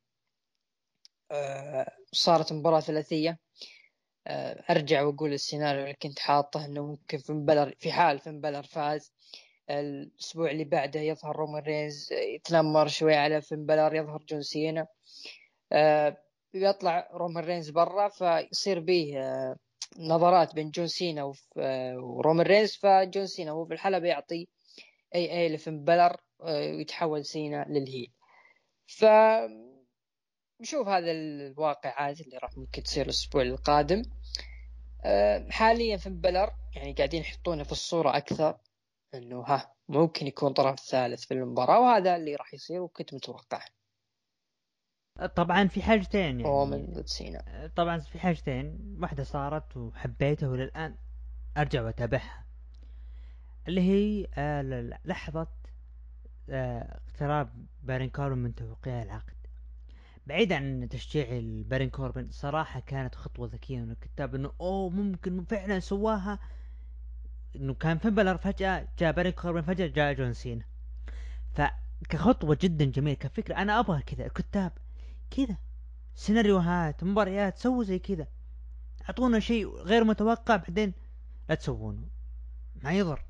آه صارت مباراة ثلاثية. آه ارجع واقول السيناريو اللي كنت حاطه انه ممكن فين بالر في حال فين بالر فاز الاسبوع اللي بعده يظهر رومان رينز يتنمر شوي على فين بالر يظهر جون سينا. آه يطلع رومان رينز برا فيصير به آه نظرات بين جون سينا ورومان رينز. فجون سينا هو في الحلبة يعطي اي اي لفين بالر ويتحول سينا للهيل. ف نشوف هذا الواقعات اللي راح ممكن تصير الأسبوع القادم. حاليا في بلر يعني قاعدين يحطونه في الصورة أكثر إنه ها ممكن يكون طرف ثالث في المباراة وهذا اللي راح يصير وكنت متوقع. طبعا في حاجتين رومان يعني. ضد سينا. طبعا في حاجتين. واحدة صارت وحبيتها وللآن أرجع وأتابعها اللي هي آه لحظة آه اقتراب بارين كوربن من توقيع العقد. بعيد عن تشجيع البارين كوربن صراحة كانت خطوة ذكية من الكتاب انه اوه ممكن فعلا سواها. انه كان في بلر فجأة جاء بارين كوربن فجأة جاء جون سينا. فكخطوة جدا جميلة كفكرة انا ابغى كذا. الكتاب كذا سيناريوهات مباريات سووا زي كذا. اعطونا شيء غير متوقع بعدين لا تسوونه ما يضر.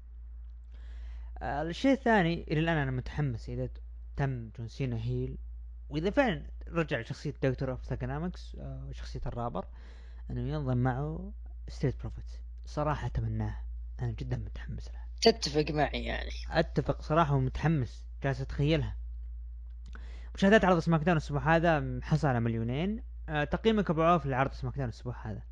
آه الشيء الثاني الى الان انا متحمس اذا تم جون سينا هيل واذا فعلا رجع شخصية دكتور اوف ثاكنامكس آه شخصية الرابر انه ينضم معه ستريت بروفيتس. صراحة اتمناها. انا جدا متحمس لها. تتفق معي يعني؟ اتفق صراحة ومتحمس جالس اتخيلها. مشاهدات عرض سماك داون الاسبوع هذا حصل على مليونين. أه تقييمك ابو عوف لعرض سماك داون الاسبوع هذا؟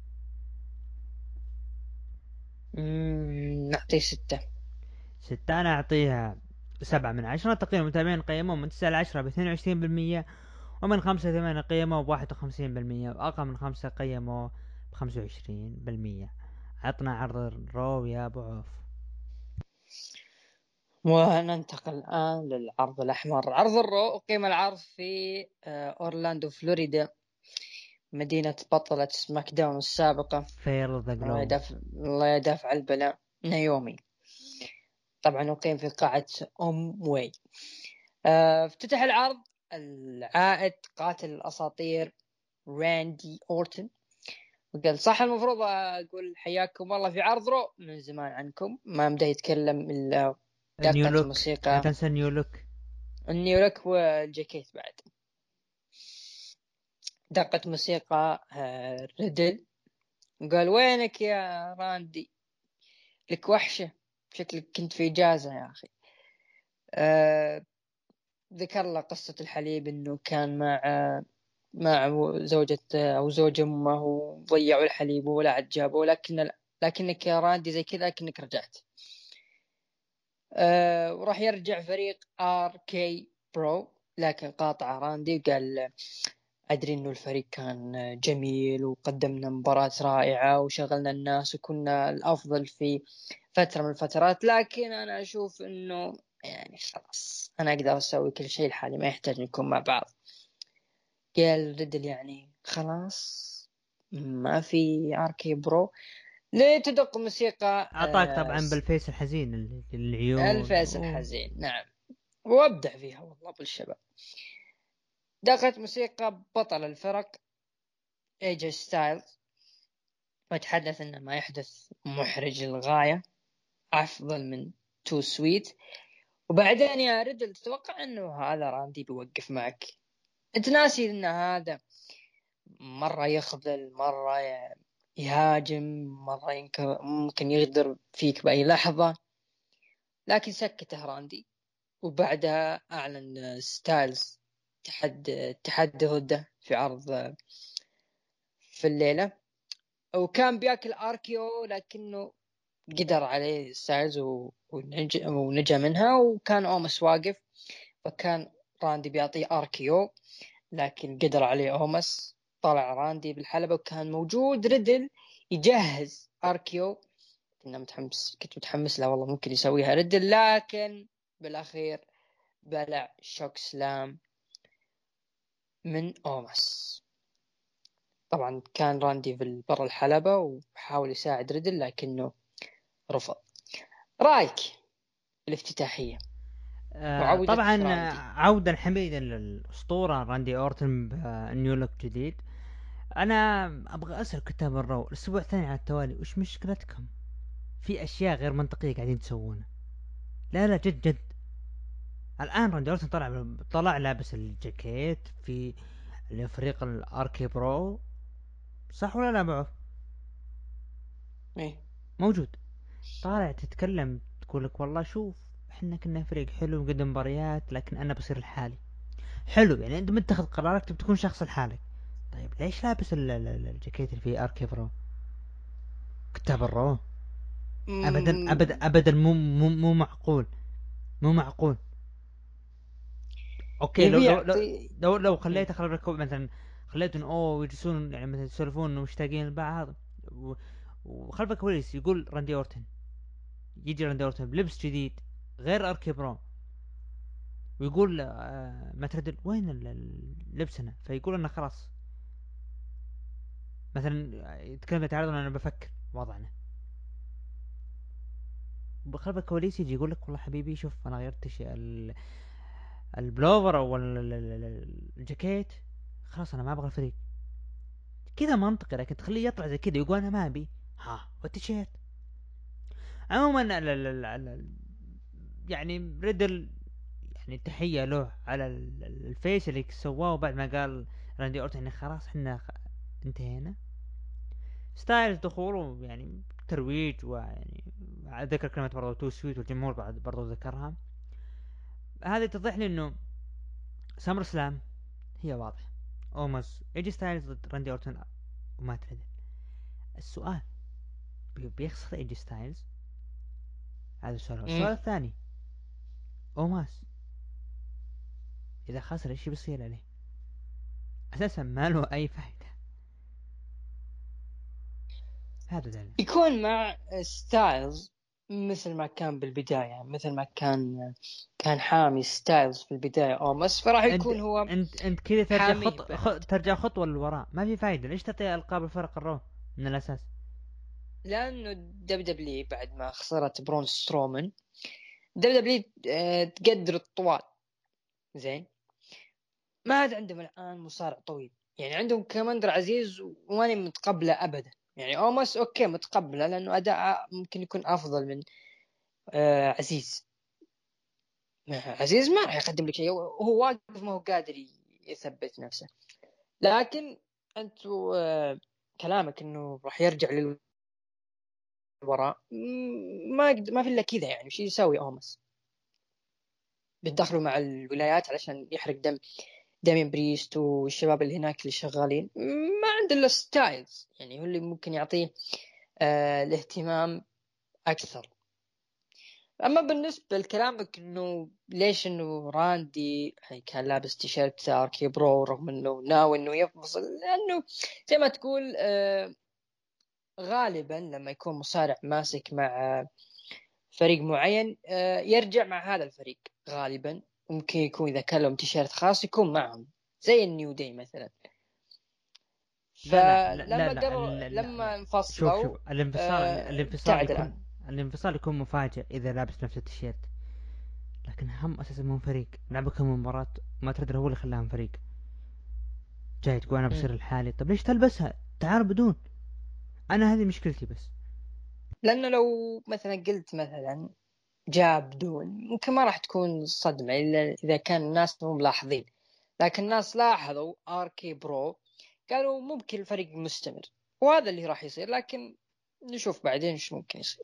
نعطيه ستة. ستة. انا اعطيها سبعة من عشرة. تقييم المتابعين قيموه من تسعة لعشرة باثنين وعشرين بالمية ومن خمسة ثمانية قيموه بواحد وخمسين بالمية وأقل من خمسة قيموه بخمسة وعشرين بالمية. عطنا عرض الرو يا أبو عوف. وننتقل الآن للعرض الأحمر. عرض الرو أقيم العرض في أورلاندو فلوريدا مدينة بطلة سماك داون السابقة. فير ذا الله جلو. يدافع الله يدافع البلاء. نايومي. طبعا أقيم في قاعة أم واي. آه، افتتح العرض العائد قاتل الأساطير راندي أورتن، وقال صح المفروض أقول حياكم الله في عرض رو، من زمان عنكم ما بدأ يتكلم إلا نيو دقة لوك، لا موسيقى تنسى نيو لوك. النيولك والجاكيت بعد. دقة موسيقى آه، ريدل، وقال وينك يا راندي، لك وحشة، شكلك كنت في إجازة يا أخي. أه ذكر له قصة الحليب إنه كان مع مع زوجة أو زوج أمه وضيعوا الحليب ولا عاد جابوا، لكن لكنك يا راندي زي كذا لكنك رجعت. أه وراح يرجع فريق آر كي برو، لكن قاطع راندي وقال أدري إنه الفريق كان جميل وقدمنا مباراة رائعة وشغلنا الناس وكنا الأفضل في فترة من الفترات، لكن أنا أشوف إنه يعني خلاص أنا أقدر أسوي كل شيء لحالي، ما يحتاج نكون مع بعض. قال ريدل يعني خلاص ما في آركي برو. ليه تدق موسيقى اعطاك آه طبعا بالفيس الحزين ال- العيون الفاس أوه. الحزين، نعم، وابدع فيها والله بالشباب. دقت موسيقى بطل الفرق ايجي ستايلز، وتحدث ان ما يحدث محرج للغاية، افضل من تو سويت. وبعدين يا رجل تتوقع انه هذا راندي بيوقف معك؟ انت ناسي ان هذا مرة يخذل، مرة يهاجم، مرة يمكن ممكن يغدر فيك بأي لحظة، لكن سكته راندي. وبعدها أعلن ستايلز تحد تحدي ضده في عرض في الليلة، وكان بياكل آركيو لكنه قدر عليه ستايلز ونج... ونجا منها، وكان أومس واقف، فكان راندي بيعطيه آركيو لكن قدر عليه أومس. طلع راندي بالحلبة وكان موجود ريدل يجهز آركيو، كنا متحمس كنت متحمس لا والله ممكن يسويها ريدل، لكن بالأخير بلع شوك سلام من أومس. طبعا كان راندي في برا الحلبة وحاول يساعد ريدل لكنه رفض. رايك الافتتاحية آه وعودة طبعا راندي؟ عودا حميدا للاسطوره راندي اورتن بنيو لوك جديد. انا ابغى اسال كتاب الرو الاسبوع الثاني على التوالي وش مشكلتكم؟ في اشياء غير منطقيه قاعدين تسوونها. لا لا جد جد. الان راندي اورتن طلع طلع لابس الجاكيت في فريق الاركي برو، صح ولا لا معه؟ ايه موجود. طالع تتكلم تقول لك والله شوف احنا كنا فريق حلو وقدم مباريات لكن انا بصير لحالي. حلو، يعني انت متخذ قرارك تبي تكون شخص لحالك. طيب ليش لابس ال- ال- ال- الجاكيت اللي فيه اركي برو؟ كتاب الرو. ابدا ابدا مم... ابدا مو مو مو معقول. مو معقول. اوكي لو يبي لو لو يعطي. لو, لو مم. خليت خلينا نركب مثلا، خليتهم اوه يجلسون يعني مثلا يسولفون انه مشتاقين لبعض و- وخلف الكواليس يقول راندي اورتن، يجي راندي اورتن بلبس جديد غير اركي برو ويقول آه ما تردد وين ال- ال- لبسنا، فيقول انه خلاص مثلا يتكلم يتعرض انا بفكر وضعنا. بخلف الكواليس يجي يقول لك والله حبيبي شوف انا غيرت شيء ال- البلوفر او ال- ال- ال- ال- الجاكيت، خلاص انا ما ابغى الفريق. كذا منطقي، لكن تخليه يطلع زي كذا يقول انا ما ابي ها والتيشيرت. عموما ال- ال- ال- ال- يعني ريدل يعني تحية له على ال- ال- الفيس اللي سواه بعد ما قال راندي اورتن يعني خلاص احنا خ... انتهينا. ستايلز دخوله يعني ترويج، ويعني ذكر كلمة برضو تو سويت والجمهور بعد برضو ذكرها. هذه تضح لي انه سمر سلام هي واضحة. اومس ايجي ستايلز ضد راندي اورتن وما تريدل. السؤال بي- بيخسر ايجي ستايلز؟ هذا السؤال. مم. السؤال الثاني اوماس اذا خسر ايش بيصير عليه؟ اساسا ما له اي فائدة. هذا دليل. يكون مع ستايلز مثل ما كان بالبداية، مثل ما كان كان حامي ستايلز في البداية أومس، فراح انت يكون هو انت انت كذا ترجع حاميه خط... خ... بعد. ترجع خطوة للوراء، ما في فائدة. ليش تعطي القاب الفرق الرو من الاساس؟ لانه دب دبليو بعد ما خسرت برون سترومان، دب دبليو آه، تقدر الطوال زين، ما عاد عندهم الان مصارع طويل. يعني عندهم كماندر عزيز وماني متقبله ابدا. يعني اومس اوكي متقبله لانه اداء ممكن يكون افضل من آه عزيز. عزيز ما راح يقدم لك شيء، وهو واقف ما هو قادر يثبت نفسه. لكن انتو آه كلامك انه راح يرجع للوراء، ما ما في الا كذا. يعني وش يسوي اومس؟ بتدخلوا مع الولايات علشان يحرق دم دامين بريست والشباب اللي هناك اللي شغالين؟ ما عنده الا ستايلز، يعني هو اللي ممكن يعطيه آه الاهتمام اكثر. اما بالنسبه لكلامك انه ليش انه راندي كان لابس تيشيرت اركي برو رغم انه ناوي انه يفصل، لانه زي ما تقول آه غالبا لما يكون مصارع ماسك مع فريق معين آه يرجع مع هذا الفريق غالبا. ممكن يكون اذا كان لهم تيشيرت خاص يكون معهم زي النيو داي مثلا. لا لا لا لا فلما لا, قرر لا, لا, لما لا. شوف شوف انفصلوا الانفصال آه الانفصال ابتعد يكون الان. الانفصال يكون مفاجئ إذا لابس نفس التيشيرت، لكن هم أساسا مو فريق. لعبوا كم مباراة ما تدري هو اللي خلاهم فريق. جاي تقول أنا بصير الحالي، طب ليش تلبسها؟ تعال بدون. أنا هذه مشكلتي بس. لانه لو مثلا قلت مثلا جاب بدون ممكن ما راح تكون صدمة إلا إذا كان الناس مو ملاحظين. لكن الناس لاحظوا آركي برو قالوا ممكن الفريق مستمر، وهذا اللي راح يصير. لكن نشوف بعدين ايش ممكن يصير.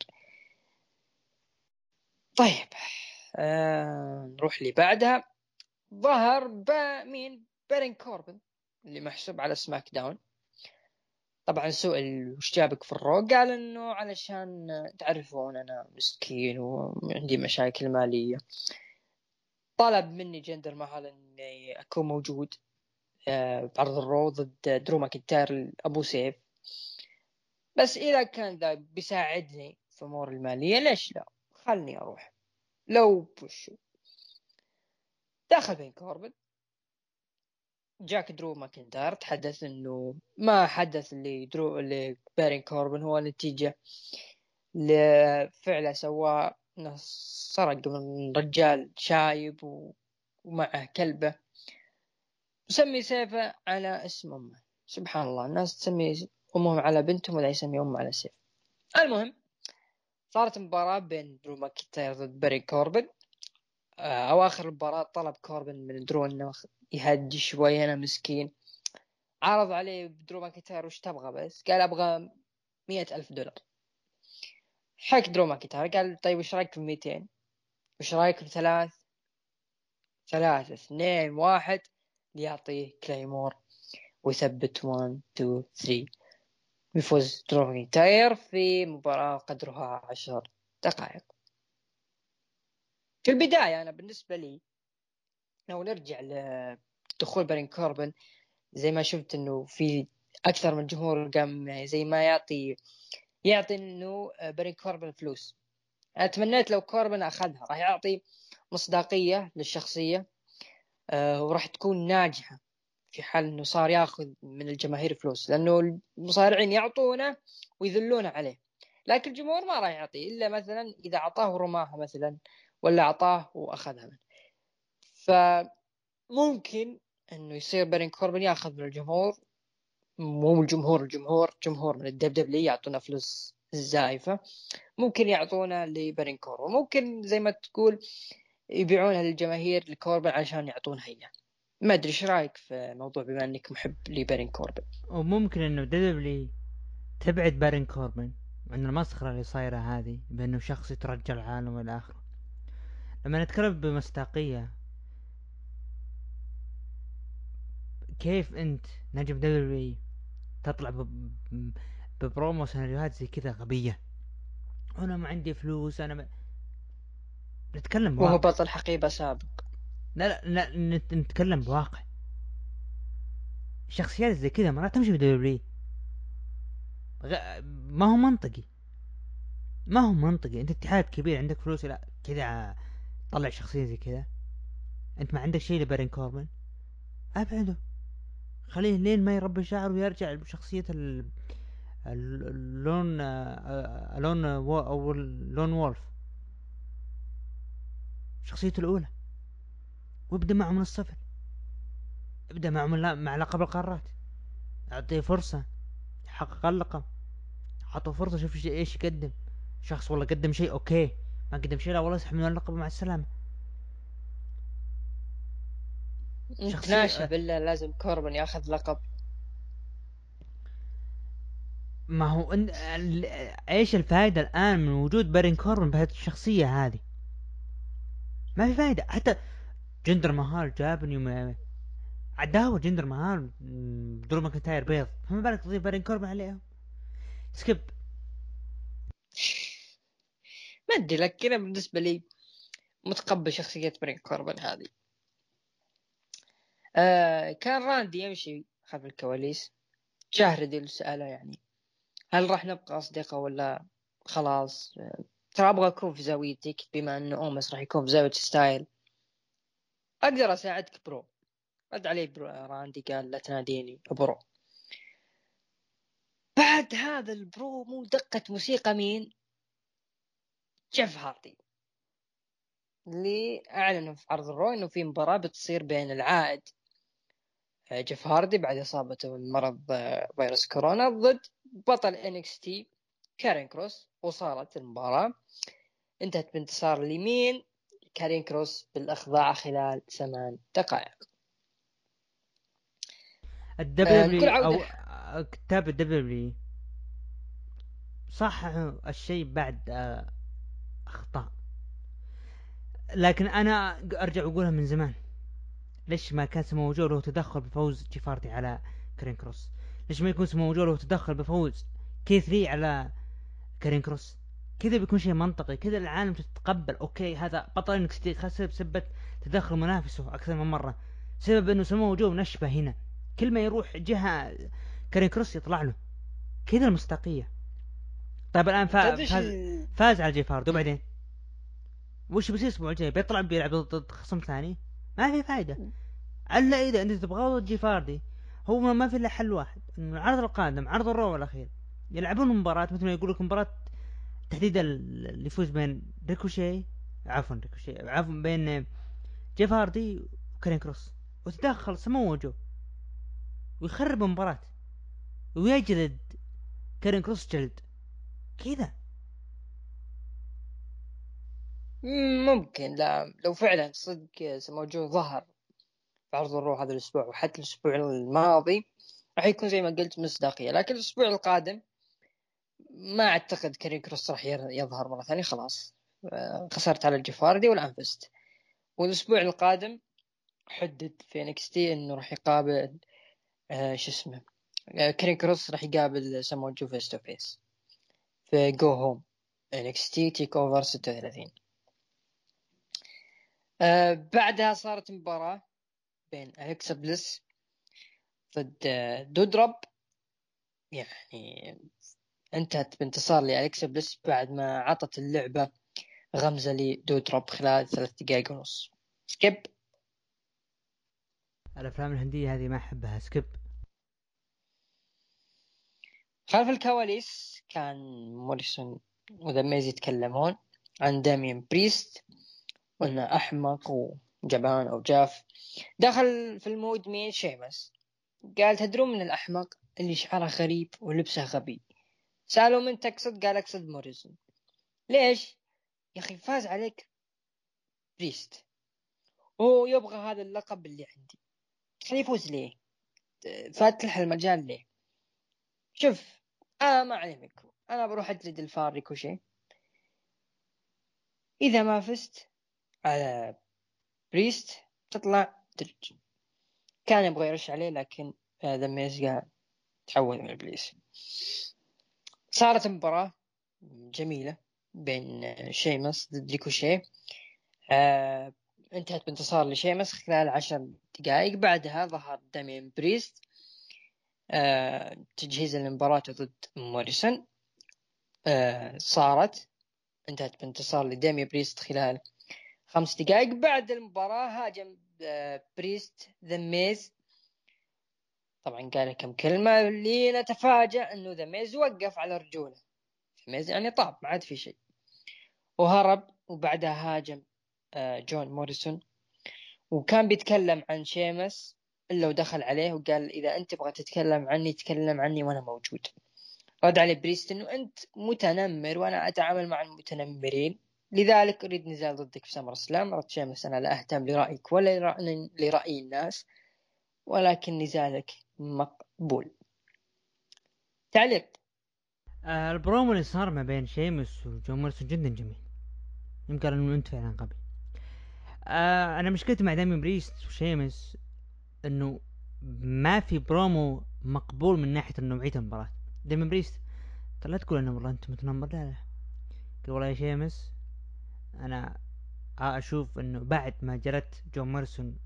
طيب آه نروح اللي بعدها. ظهر مين بارين كوربن اللي محسوب على سماك داون. طبعا سؤال وش جابك في الرو؟ قال انه علشان تعرفون انا مسكين وعندي مشاكل مالية. طلب مني جندر محل اني اكون موجود آه، بعرض الرو ضد درو ماكنتاير ابو سيف. بس اذا كان ذا بيساعدني في امور الماليه ليش لا، خلني اروح. لو بوشو دخل بين كوربن. جاك درو ماكنتاير تحدث انه ما حدث اللي درو اللي بارين كوربن هو نتيجه لفعله سواه، انه سرق من رجال شايب ومعه كلبه وسمي سيفه على اسم امه. سبحان الله، الناس تسمي امهم على بنتهم ولا يسمي امه على سيف. المهم صارت مباراة بين درو ماكنتاير ضد باري كوربن. آه، اواخر المباراة طلب كوربن من درو انه يهدي شوي، انا مسكين. عرض عليه درو ماكنتاير وش تبغى، بس قال ابغى مية الف دولار. حك درو ماكنتاير قال طيب وش رايك في ميتين؟ وش رايك بثلاث؟ ثلاثة اثنين واحد ليعطيه كلايمور ويثبت واحد اثنين ثلاثة. يفوز درو ماكنتاير في مباراة قدرها عشر دقائق. في البداية أنا بالنسبة لي لو نرجع لدخول بارين كوربن، زي ما شفت إنه في أكثر من جمهور قام زي ما يعطي يعطي إنه بارين كوربن فلوس. أنا تمنيت لو كوربن أخذها راح يعطي مصداقية للشخصية أه وراح تكون ناجحة في حال إنه صار يأخذ من الجماهير فلوس، لأنه المصارعين يعطونه ويذلونه عليه. لكن الجمهور ما راح يعطيه إلا مثلا إذا أعطاه ورماها مثلا، ولا أعطاه وأخذها منه. فممكن إنه يصير بارين كوربن يأخذ من الجمهور، مو الجمهور الجمهور جمهور من الدب دبليو يعطونا فلوس زائفة. ممكن يعطونا لبارين كوربن، ممكن زي ما تقول يبيعونها للجماهير لكوربن عشان يعطونها إياه. ما أدري إيش رأيك في الموضوع بما أنك محب لبارين كوربن؟ وممكن انه دبليو تبعد بارين كوربن عن المسخرة اللي صايرة هذه بانه شخص يترجى العالم والى اخره. لما نتكلم بمصداقية، كيف انت نجم دبليو تطلع ببرومو سيناريوهات زي كذا غبية؟ انا ما عندي فلوس، انا ما... نتكلم وهو بواقع. بطل حقيبة سابق. لا لا, لا نت... نتكلم بواقع. شخصيات زي كذا ما راح تمشي بدبليو. غ... ما هو منطقي. ما هو منطقي. انت اتحاد كبير عندك فلوس، لا كذا طلع شخصية زي كذا. انت ما عندك شيء لبارين كوربن، ابعده. خليه لين ما يربي شعره ويرجع بشخصية ال... اللون لون او لون وولف شخصيته الاولى، وابدا معه من الصفر، ابدا معه من مع لقب القارات، اعطيه فرصه يحقق اللقب، اعطوا فرصه شوف ايش يقدم. شخص والله قدم شيء اوكي، ما قدم شيء لا والله اسحب من اللقب مع السلامه. انت شخصيه ناشف الا لازم كوربن ياخذ لقب. ما هو ان... ايش الفائده الان من وجود بارين كوربن بهذه الشخصيه هذه؟ ما في فائده. حتى جندر مهال جابني ما عداوه جندر مهال درو ماكنتاير بيض، فما بالك تضيف بارين كوربن عليهم؟ سكيب. ما ادري لك، انا بالنسبه لي متقبل شخصيه برين كوربن هذه. آه كان راندي يمشي خلف الكواليس، جاه ريدل سأله يعني هل راح نبقى أصدقاء ولا خلاص؟ آه، ترى أبغى أكون في زاويتك بما أنه أومس راح يكون في زاوية ستايل، أقدر أساعدك برو. رد عليه برو راندي قال لا تناديني برو. بعد هذا البرو مو دقة موسيقى مين؟ جيف هاردي، اللي أعلنوا في عرض الرو إنه في مباراة بتصير بين العائد جيف هاردي بعد إصابته من مرض فيروس كورونا ضد بطل إن إكس تي كارين كروس. وصارت المباراة انتهت بانتصار اليمين كارين كروس بالإخضاع خلال ثمان دقائق. الدبليو آه نقول دبليو عودة. او كتاب الدبليو دبليو صح الشيء بعد آه، اخطاء، لكن انا ارجع اقولها من زمان، ليش ما كان سمو جو له تدخل بفوز جيفاردي على كارين كروس؟ ليش ما يكون سمو جو له تدخل بفوز كي ثري على كارين كروس؟ كذا بيكون شيء منطقي، كذا العالم تتقبل اوكي هذا بطل انكس تي خسر بسبب تدخل منافسه اكثر من مره، سبب انه سمو جو نشبه هنا، كل ما يروح جهه كارين كروس يطلع له، كذا المصداقيه. طيب الان فا- تدري فاز ال... فاز على جيفاردي وبعدين وش بيصير الاسبوع الجاي؟ بيطلع بيلعب ضد خصم ثاني؟ ما في فايده الا اذا انت تبغى ضد جيفاردي. هو ما في الا حل واحد، انه العرض القادم عرض الرو الاخير يلعبون مباراة مثل ما يقول لك مباراة تحديد اللي يفوز بين ريكوشي عفوا ريكوشي عفوا بين جيف هاردي وكارين كروس، وتدخل سمو جو ويخرب المباراة ويجلد كارين كروس جلد كذا. ممكن لا، لو فعلا صدق سموجو ظهر في عرض الروح هذا الأسبوع وحتى الأسبوع الماضي راح يكون زي ما قلت مصداقية. لكن الأسبوع القادم ما أعتقد كارين كروس راح يظهر مرة ثانية. خلاص خسرت على الجفاردي والآن فزت. والأسبوع القادم حدد في نكستي إنه راح يقابل آه شو اسمه آه كارين كروس راح يقابل سموجو فيس تو فيس في جو هوم نكستي تيك أوفر ستة وثلاثين. آه بعدها صارت مباراة بين أليكسا بليس ضد دودرب، يعني انتهت بانتصار لأليكسا بليس بعد ما عطت اللعبة غمزة لدودرب خلال ثلاث دقائق ونص. سكيب. الافلام الهندية هذه ما احبها، سكيب. خلف الكواليس كان موريسون وذا ميز يتكلمون عن داميان بريست وانه احمق وجبان او جاف. دخل في المود مين؟ شيمس. قال تدرون من الأحمق اللي شعره غريب ولبسه غبي؟ سألوا من تقصد؟ قال أقصد موريسون. ليش؟ يا أخي فاز عليك بريست وهو يبغى هذا اللقب اللي عندي، خليه يفوز ليه؟ فاتح المجال ليه؟ شوف أنا ما علمك، أنا بروح أجلد الفار ريكوشي، إذا ما فزت على بريست تطلع درج. كان يبغى يرش عليه لكن ذا ميز قال تحول من إبليس. صارت مباراة جميلة بين شيمس ضد ريكوشي. آه، انتهت بانتصار لشيمس خلال عشر دقائق. بعدها ظهر دامين بريست آه، تجهيزا للمباراة ضد موريسون. آه، صارت انتهت بانتصار لدامي بريست خلال خمس دقائق. بعد المباراة هاجم آه، بريست ذا ميز طبعا قال كم كلمة اللي نتفاجأ انه ذا ميز وقف على رجوله. ميز يعني طاب ما عاد في شيء وهرب. وبعدها هاجم آه، جون موريسون وكان بيتكلم عن شيمس إلا ودخل عليه وقال إذا أنت تبغى تتكلم عني تكلم عني وأنا موجود. رد عليه بريست إنه أنت متنمر وأنا أتعامل مع المتنمرين، لذلك أريد نزال ضدك في سمر سلام. رد شيمس أنا لا أهتم لرأيك ولا لرأي, لرأي الناس، ولكن نزالك مقبول. تعليق. آه البرومو اللي صار ما بين شيمس وجون مورسون جدا جميل، يمكن انه انت فعلا غبي. آه انا مشكلتي مع دامين بريست وشيمس انه ما في برومو مقبول من ناحيه نوعيه المباراه. دامين بريست قال لا تقول انه والله انت متنمر، لا لا، قال والله يا شيمس انا اشوف انه بعد ما جرت جون مورسون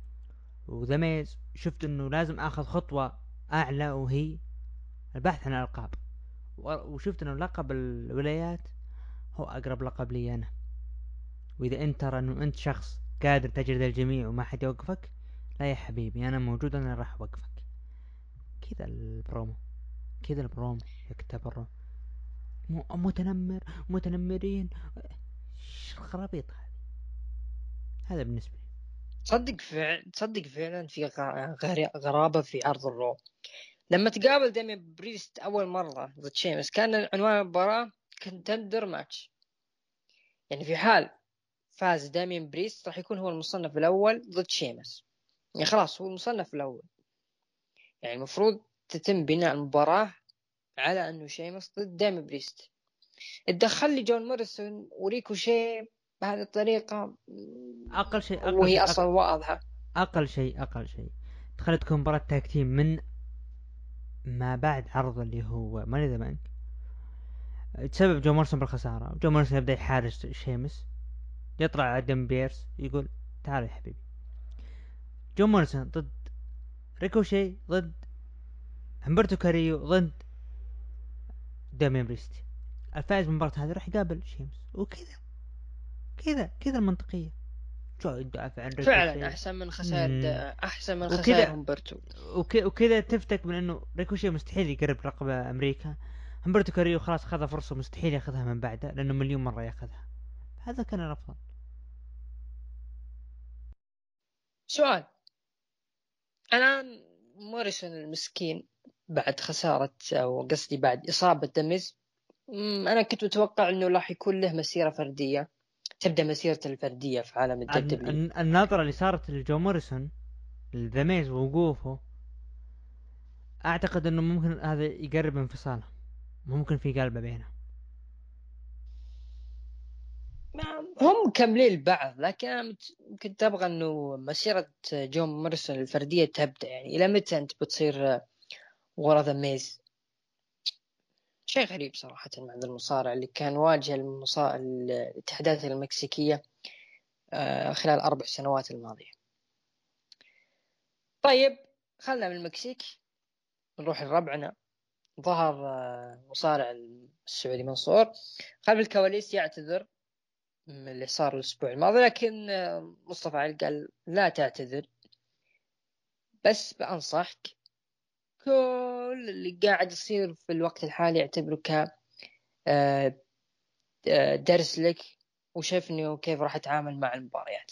وذميز شفت انه لازم اخذ خطوه اعلى وهي البحث عن الالقاب، وشفت انه لقب الولايات هو اقرب لقب لي انا، واذا انت ترى انه انت شخص قادر تجلد الجميع وما حد يوقفك، لا يا حبيبي انا موجود، انا راح اوقفك. كذا البرومو، كذا البرومو يكتب البرومو متنمر متنمرين، خرابيط هذه. هذا بالنسبه لي. تصدق فعلا تصدق فعلا في غ- غرابة في عرض الرو. لما تقابل دامين بريست أول مرة ضد شيمس كان عنوان المباراة كونتندر ماتش، يعني في حال فاز دامين بريست راح يكون هو المصنف الأول ضد شيمس، يعني خلاص هو المصنف الأول. يعني المفروض تتم بناء المباراة على أنه شيمس ضد دامين بريست. اتدخل لي جون موريسون وريكو شي بهذه الطريقة اقل شيء اقل وهي شيء أصلا أقل, واضحة. اقل شيء اقل شيء تخلي تكون مباراة تاكتيم من ما بعد عرض اللي هو ماني ذا بانك، تسبب جو مورسون بالخسارة. جو مورسون يبدأ يحارس شيمس، يطلع ادم بيرس يقول تعال يا حبيبي. جو مورسون ضد ريكوشي ضد همبرتو كاريو ضد دامين بريست، الفائز من المباراة هذه راح يقابل شيمس، وكذا كذا كذا المنطقية. جو يدافع عن فعلا ريكوشي. أحسن من خسائر مم. دا أحسن من خسائر وكذا همبرتو. وك- وكذا تفتك من انه ريكوشي مستحيل يقرب لقب امريكا. همبرتو كاريو خلاص خذ فرصة مستحيل ياخذها من بعده لانه مليون مرة ياخذها. هذا كان الافضل. سؤال. الآن موريسون المسكين بعد خسارة أو قصدي بعد إصابة دمز، أنا كنت متوقع أنه راح يكون له مسيرة فردية، تبدأ مسيرته الفردية في عالم الدبليو. النظرة اللي صارت لجو موريسون الذميز ووقوفه، اعتقد انه ممكن هذا يقرب انفصاله، ممكن في قلبه بينه. هم مكملين البعض، لكن أنا كنت أبغى أنه مسيرة جون موريسون الفردية تبدأ. يعني إلى متى أنت بتصير ورا ذا ميز؟ شيء غريب صراحة مع المصارع اللي كان واجه المصا... الاتحادات المكسيكية خلال أربع سنوات الماضية. طيب خلنا من المكسيك نروح لربعنا. ظهر مصارع السعودي منصور خلف الكواليس يعتذر من اللي صار الأسبوع الماضي، لكن مصطفى علي قال لا تعتذر، بس بأنصحك كل اللي قاعد يصير في الوقت الحالي اعتبره ك درس لك، وشايفني كيف راح أتعامل مع المباريات.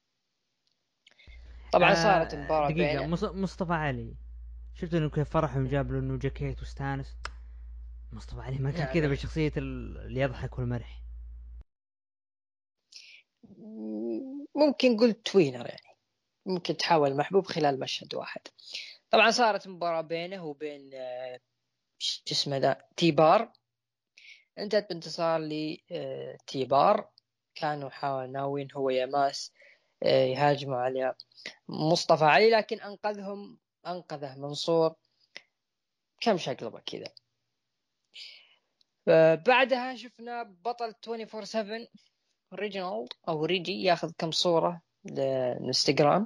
طبعا صارت آه مباراة دقيقة، بينه. مصطفى علي شفت انه كيف فرح يوم جاب له انه جاكيت واستانس. مصطفى علي ما كان نعم كذا يعني بشخصية اللي يضحك والمرح. ممكن قلت توينر، يعني ممكن تحاول محبوب خلال مشهد واحد. طبعا صارت مباراة بينه وبين شو اسمه ذا تيبار، انتهت بانتصار لتيبار. كانوا حاول ناويين هو ياماس يهاجموا على مصطفى علي، لكن انقذهم انقذه منصور كم شقلبه كذا. بعدها شفنا بطل أربعة وعشرين سبعة ريجينالد او ريجي ياخذ كم صورة للانستغرام.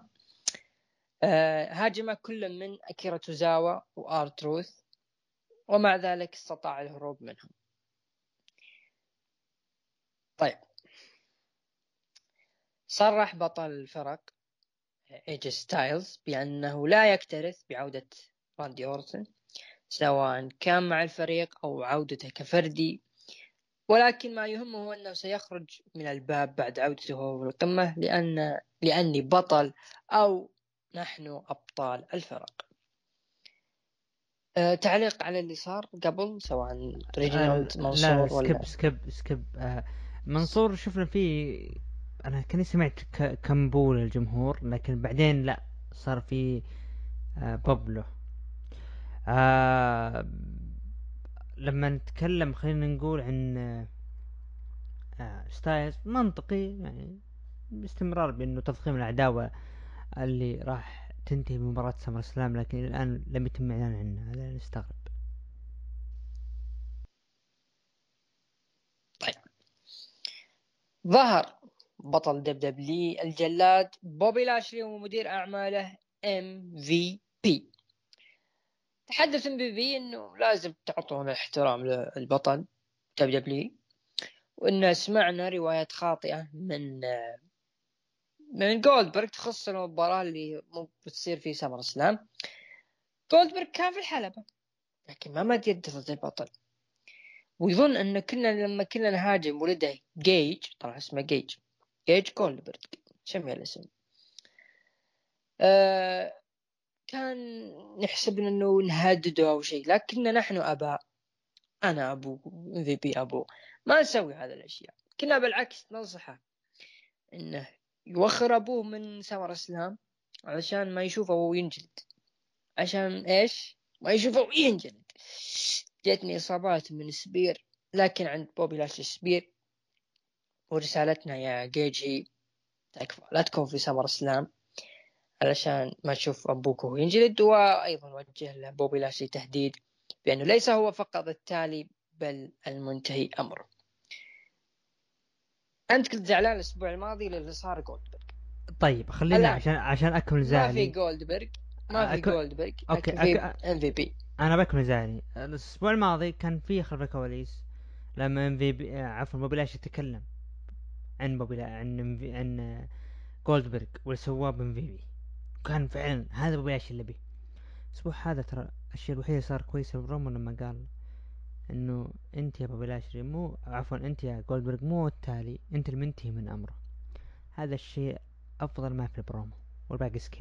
هاجم كل من أكيرا توزاوا وآرتروث، ومع ذلك استطاع الهروب منهم. طيب صرح بطل الفرق ايج ستايلز بأنه لا يكترث بعودة راندي أورتن، سواء كان مع الفريق أو عودته كفردي. ولكن ما يهمه هو أنه سيخرج من الباب بعد عودته في القمة، لأن لأني بطل، أو نحن أبطال الفرق. أه تعليق على اللي صار قبل، سواء ريجينالد، لا لا، منصور سكيب ولا سكيب سكيب آه منصور شفنا فيه، انا كني سمعت ك- كمبول الجمهور، لكن بعدين لا، صار في آه بابلو. آه لما نتكلم خلينا نقول عن آه ستايلز منطقي يعني، باستمرار بانه تضخيم العداوة اللي راح تنتهي بمباراة سمر سلام، لكن الان لم يتم اعلان عنها، هذا نستغرب. طيب. ظهر بطل دب دبليو الجلاد بوبي لاشلي ومدير أعماله ام في بي. تحدث ام في بي انه لازم تعطون الاحترام للبطل دب دبليو، وإن سمعنا روايات خاطئة من من جولدبرغ تخص المباراة اللي مو بتصير في سمر سلام. جولدبرغ كان في الحلبة لكن ما مد يده ضد البطل، ويظن أن كنا لما كنا نهاجم ولده جيج، طبعا اسمه جيج جيج جولدبرغ، سمي الاسم، آه كان نحسب أنه نهدده أو شيء، لكننا نحن أباء، أنا أبوه ام في بي أبوه، ما نسوي هذا الأشياء. كنا بالعكس ننصحه إنه يوخر أبوه من سمر سلام علشان ما يشوفه وينجلد. عشان إيش؟ ما يشوفه وينجلد. جتني إصابات من سبير، لكن عند بوبي لاشلي سبير. ورسالتنا يا جيجي تكفى، لا تكون في سمر سلام علشان ما تشوف أبوك وهو ينجلد. وأيضا وجه له بوبي لاشلي تهديد بأنه ليس هو فقط التالي بل المنتهي أمره. أنت كنت زعلان الأسبوع الماضي للي صار جولدبرغ. طيب خلينا الآن عشان عشان اكمل ما في زعلي. جولدبرغ، ما في أك... جولدبرغ، اوكي لكن في أك... ام في بي. انا بكمل زعلي. الاسبوع الماضي كان في خلف الكواليس لما ام في بي عفوا بوبي لاش يتكلم عن بوبي لا... عن MV... عن جولدبرغ واللي سواه بام في بي، كان فعلا هذا بوبي لاش اللي بيه. الاسبوع هذا ترى الشيء الوحيد اللي صار كويس برومو لما قال انه انت يا بوبي لاشري مو عفوا انت يا جولدبرغ مو التالي، انت المنتهي من امره. هذا الشيء افضل ما في البرومو، والباقي سكيب.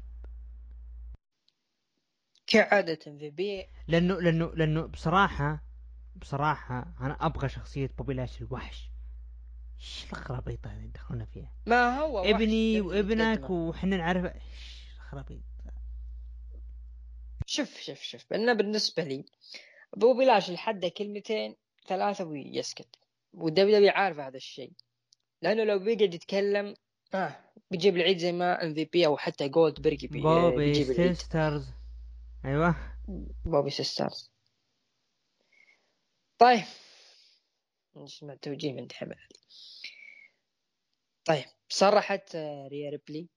كعادة ام في بي. لانه لانه لانه بصراحه بصراحه انا ابغى شخصيه بوبي لاشري الوحش. ايش الخرابيط هذه يدخلونا فيها؟ ما هو وحش ابني الدبليو وابنك تقدمه. وحنا نعرف ايش الخرابيط. شوف شوف شوف أنا بالنسبة لي بوبي لاشلي حده كلمتين ثلاثة ويسكت، والدبليو عارف هذا الشيء، لأنه لو بيجي يتكلم آه بيجيب العيد زي ما ام في بي أو حتى جولدبرغ بي بوبي بيجيب العيد. سيسترز. ايوه. بوبي سيسترز. طيب نسمع توجيه من حمد. طيب صرحت ريا ريبلي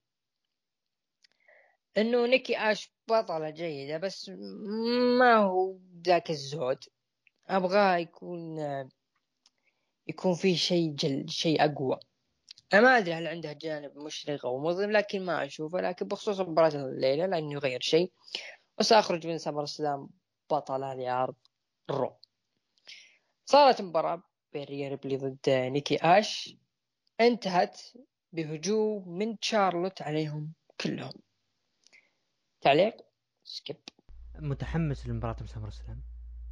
انه نيكي اش بطلة جيدة، بس ما هو ذاك الزود، ابغاه يكون يكون فيه شيء جل شيء اقوى. انا ما ادري هل عنده جانب مشرق او مظلم، لكن ما اشوفه. لكن بخصوص مباراة الليلة لانه يغير شيء، وساخرج من سمر سلام بطلة لعرض رو. صارت مباراة بين ريا ريبلي ضد نيكي اش، انتهت بهجوم من شارلوت عليهم كلهم. تعليق سكيب. متحمس لمباراة سمر سلام.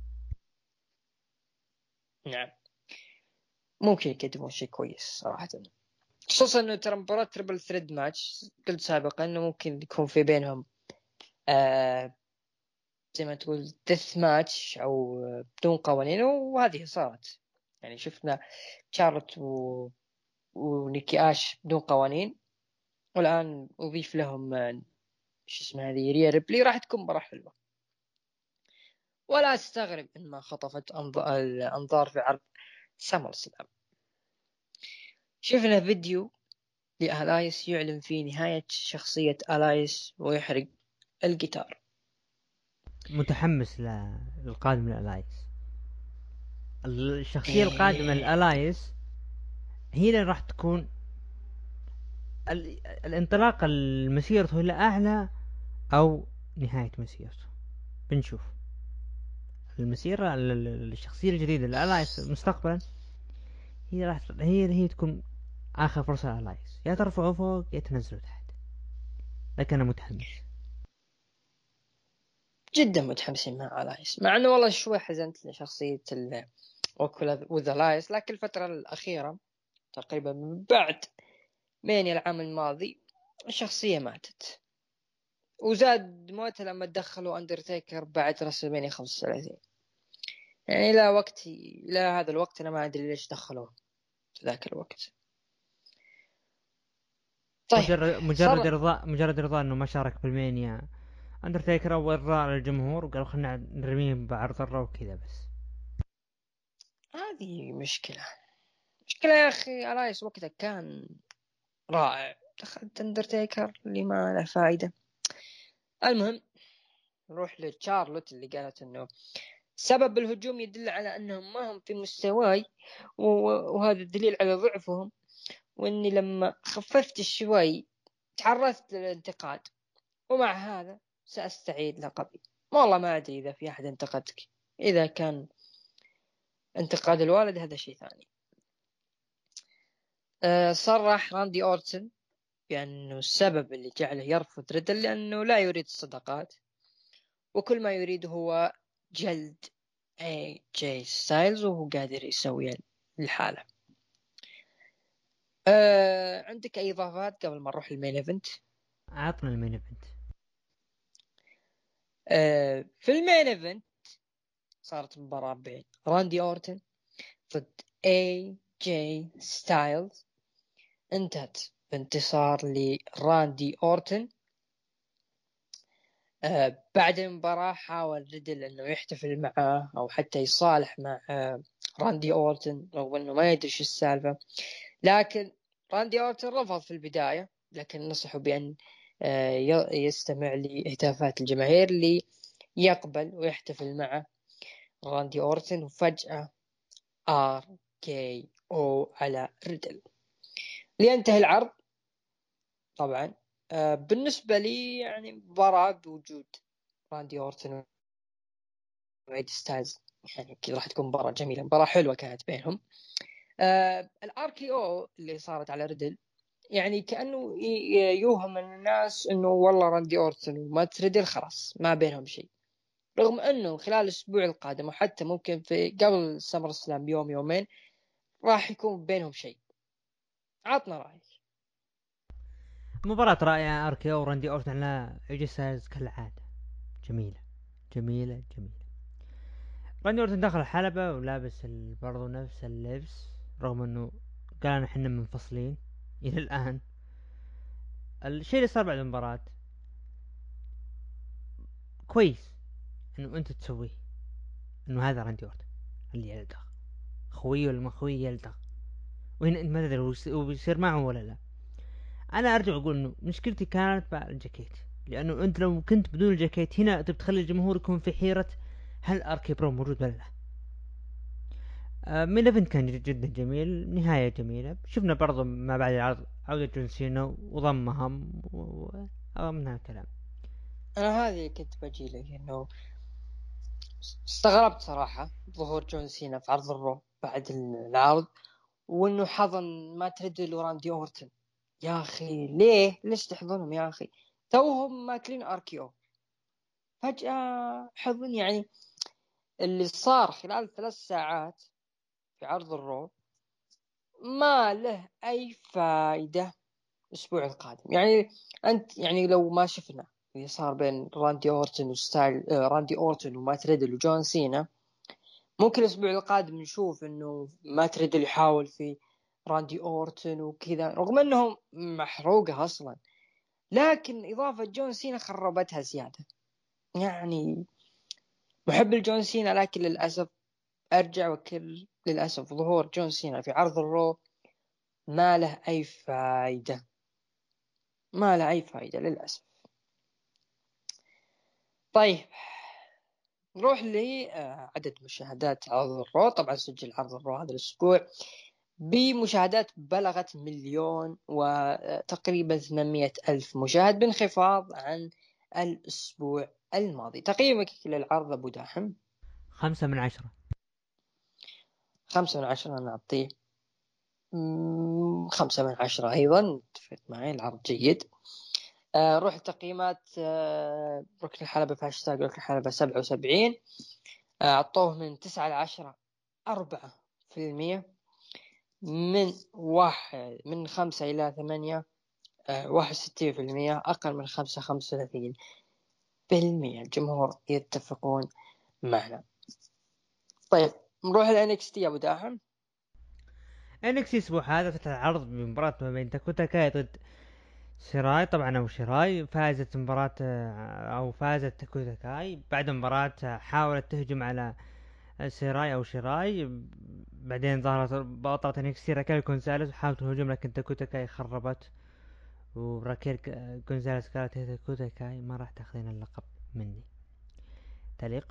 نعم ممكن يقدمون شيء كويس صراحة، خصوصا انه ترى مباراة تربل ثريد ماتش قلت سابقا انه ممكن يكون في بينهم آه زي ما تقول ديث ماتش او بدون قوانين، وهذه صارت. يعني شفنا شارلوت و... ونيكي اش بدون قوانين، والان اضيف لهم آه، شو اسمها هذه ريا ريبلي، راح تكون مباراة حلوة. ولا استغرب ان ما خطفت الانظار في عرض سمر سلام. شفنا فيديو لألايس يعلن في نهاية شخصية ألايس ويحرق الجيتار. متحمس للقادم للالايس. الشخصية القادمة إيه. للالايس هي اللي راح تكون الانطلاق المسيرته إلى أعلى أو نهاية مسيرته. بنشوف المسيرة الشخصية الجديدة لألايس مستقبلا هي راح هي هي تكون آخر فرصة لألايس، يا ترفعه فوق يا تنزله تحت. لكن أنا متحمس جدا متحمسين مع الايس، مع انه والله شوي حزنت لشخصية وكل وذ الايس، لكن الفترة الأخيرة تقريبا من بعد ماني العام الماضي الشخصية ماتت، وزاد موتها لما دخلوا أندرتيكر بعد رسلمانيا خمسة وثلاثين. يعني إلى وقت إلى هذا الوقت أنا ما أدري ليش دخلوه في ذاك الوقت. طيب مجرد مجرد صار إرضاء مجرد إرضاء إنه ما شارك بالمانيا أندرتيكر، أو إرضاء للجمهور وقالوا خلنا نرميه بعرض الرو وكذا بس. هذه مشكلة مشكلة يا أخي. ألايس وقتها كان رائع، دخلت أندرتيكر اللي ما له فائدة. المهم نروح لتشارلوت اللي قالت إنه سبب الهجوم يدل على أنهم ما هم في مستواي، وهذا دليل على ضعفهم، وإني لما خففت شوي تعرضت للانتقاد، ومع هذا سأستعيد لقبي. والله ما أدري إذا في أحد انتقدك، إذا كان انتقاد الوالد هذا شيء ثاني. أه صرح راندي أورتن بأنه السبب اللي جعله يرفض ريدل لأنه لا يريد الصداقات، وكل ما يريد هو جلد اي جي ستايلز، وهو قادر يسوي الحالة. أه عندك أي إضافات قبل ما نروح المين إيفنت؟ عطنا المين إيفنت. أه في المين إيفنت صارت مباراة بين راندي أورتن ضد اي جي ستايلز، انتهت بانتصار لراندي أورتن. أه بعد المباراة حاول ريدل انه يحتفل معه او حتى يصالح مع أه راندي أورتن رغم انه ما يدري ايش السالفة، لكن راندي أورتن رفض في البداية، لكن نصحه بأن أه يستمع لهتافات الجماهير اللي يقبل ويحتفل معه راندي أورتن. وفجأة ار كي او على ريدل لينتهي العرض. طبعا أه بالنسبة لي يعني مباراة بوجود راندي أورتن وإيدي ستايلز يعني كذا راح تكون مباراة جميلة، مباراة حلوة كانت بينهم. آه الار كي او اللي صارت على ريدل يعني كأنه يوهم الناس انه والله راندي أورتن وما ريدل خلاص ما بينهم شيء، رغم انه خلال الاسبوع القادم وحتى ممكن في قبل سمر سلام بيوم يومين راح يكون بينهم شيء. عطنا رأيك. مباراة رائعة، اركي او راندي اورتن على ايجي ستايلز كالعادة جميلة جميلة جميلة. راندي اورتن دخل الحلبة ولابس برضو نفس اللبس، رغم انه قال احنا منفصلين الى الان. الشيء اللي صار بعد المباراة كويس انه انت تسويه، انه هذا راندي اورتن اللي يلدغ خويه ولا ما خويه يلدغ، وهنا انت ما تدري هو بيصير معه ولا لا. انا ارجع اقول انه مشكلتي كانت مع الجاكيت، لانه انت لو كنت بدون الجاكيت هنا تبتخلي الجمهور يكون في حيرة هل اركي برو موجود ولا لا. آه من الايفنت كان جدا جميل، نهاية جميلة. شفنا برضو ما بعد العرض عودة جون سينا وضمهم ومن هالكلام. انا هذه كنت بجي لك انه استغربت صراحة ظهور جون سينا في عرض الرو بعد العرض، وانه حضن ما تريدل وراندي أورتن. يا اخي ليه ليش تحضنهم يا اخي؟ توهم ماكلين اركيو فجأة حضن. يعني اللي صار خلال ثلاث ساعات في عرض الرو ما له اي فائدة الاسبوع القادم. يعني انت يعني لو ما شفنا اللي صار بين راندي أورتن وستايل آه راندي أورتن ومات ريدل وجون سينا، ممكن الاسبوع القادم نشوف انه مات ريدل يحاول في راندي أورتن وكذا رغم انهم محروقة اصلا، لكن إضافة جون سينا خربتها زيادة. يعني محب الجون سينا، لكن للأسف أرجع وكل للأسف ظهور جون سينا في عرض الرو ما له أي فائدة، ما له أي فائدة للأسف. طيب نروح لعدد مشاهدات عرض الرو. طبعا سجل عرض الرو هذا الأسبوع بمشاهدات بلغت مليون وتقريبا ثمانمائة ألف مشاهد، بانخفاض عن الأسبوع الماضي. تقييمك للعرض أبو داحم؟ خمسة من عشرة. خمسة من عشرة. أنا أعطيه خمسة من عشرة أيضا، اتفق معي، العرض جيد. آه روح التقييمات. آه ركن الحلبة في هاشتاج ركن الحلبة سبعة وسبعين، أعطوه آه من تسعة لعشرة أربعة في المية. من واحد من خمسة إلى ثمانية آه واحد وستين في المية. أقل من خمسة خمسة وثلاثين بالمية. الجمهور يتفقون معنا. طيب نروح ل إن إكس تي يا أبو داحم. انكسي اسبوع هذا فتح العرض بمباراة ما بين داكوتا تاكاي ضد شيراي. طبعا ابو شيراي فازت مباراة او فازت داكوتا تاكاي. بعد مباراة حاولت تهجم على شيراي او شيراي، بعدين ظهرت بطلة انكسي راكيل كونساليس وحاولت الهجوم، لكن داكوتا تاكاي خربت، وراكيل كونساليس قالت داكوتا تاكاي ما راح تاخذين اللقب مني. تعليق.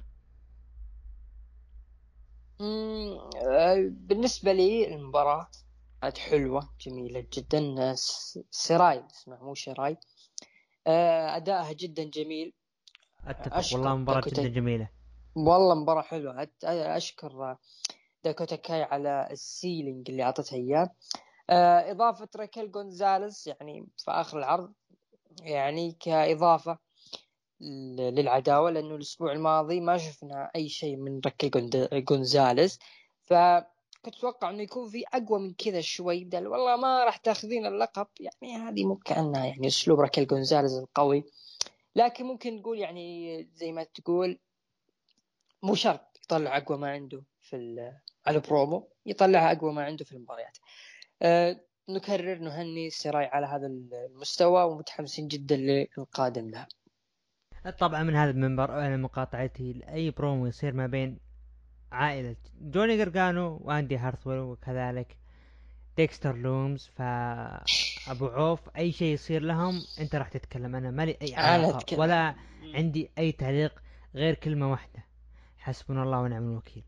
بالنسبة لي المباراة كانت حلوة جميلة جدا. سيراي اسمه مو شيراي. أدائها جدا جميل. اتفق أشكر والله مباراة جدا داكوتا، جميلة. والله مباراة حلوة. أشكر داكوتا كاي على السيلينج اللي أعطتها إياه. إضافة راكيل غونزاليز يعني في آخر العرض يعني كإضافة للعداوة، لأنه الأسبوع الماضي ما شفنا أي شيء من راكيل غونزاليز، فكنت أتوقع أنه يكون في أقوى من كذا شوي. بدل والله ما راح تاخذين اللقب، يعني هذه مو كأنها يعني أسلوب راكيل غونزاليز القوي. لكن ممكن تقول يعني زي ما تقول مو شرط يطلع أقوى ما عنده في على البرومو، يطلعها أقوى ما عنده في المباريات. أه نكرر نهني سيراي على هذا المستوى ومتحمسين جدا للقادم لها. طبعا من هذا المنبر انا مقاطعتي لاي برومو يصير ما بين عائلة جوني غرغانو واندي هارثويل وكذلك ديكستر لومز، فابو عوف اي شيء يصير لهم انت راح تتكلم، انا مالي اي أنا علاقة أتكلم. ولا عندي اي تعليق غير كلمة واحدة: حسبنا الله ونعم الوكيل.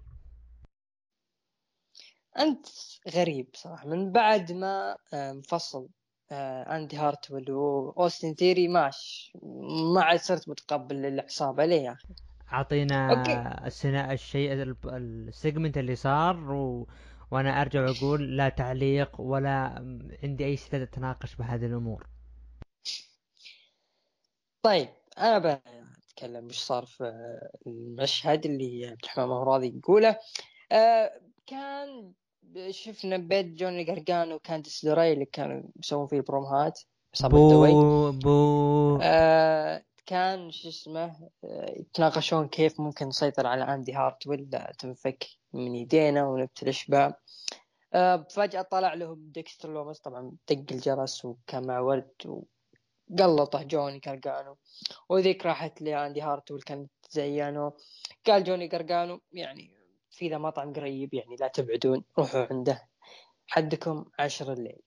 أنت غريب صراحة. من بعد ما انفصل أندي هارتويل وأوستن ثيري ماش ما عاد صرت متقبل العصابة ليه يا أخي؟ أوكي. اعطينا السنة الشيء السيجمنت اللي صار و... وانا ارجع اقول لا تعليق ولا عندي اي استعداد اتناقش بهذه الامور. طيب أنا بتكلم وش صار في المشهد اللي عبد الرحمن ما هو راضي يقوله. آه كان شفنا بيت جوني غرغانو وكانديس لوراي اللي كانوا يسوون فيه البرومهات بو إصابة دوي. بو آه كان شو اسمه آه يتناقشون كيف ممكن نسيطر على أندي هارتويل، تنفك من يدينا ونبتلش به. آه فجأة طلع لهم ديكستر لومس، طبعا دق الجرس وكان مع ورد وقلطه جوني غرغانو، وذيك راحت لأندي هارتويل كانت زيانه. قال جوني غرغانو يعني في ذا مطعم قريب يعني لا تبعدون، روحوا عنده حدكم عشر الليل.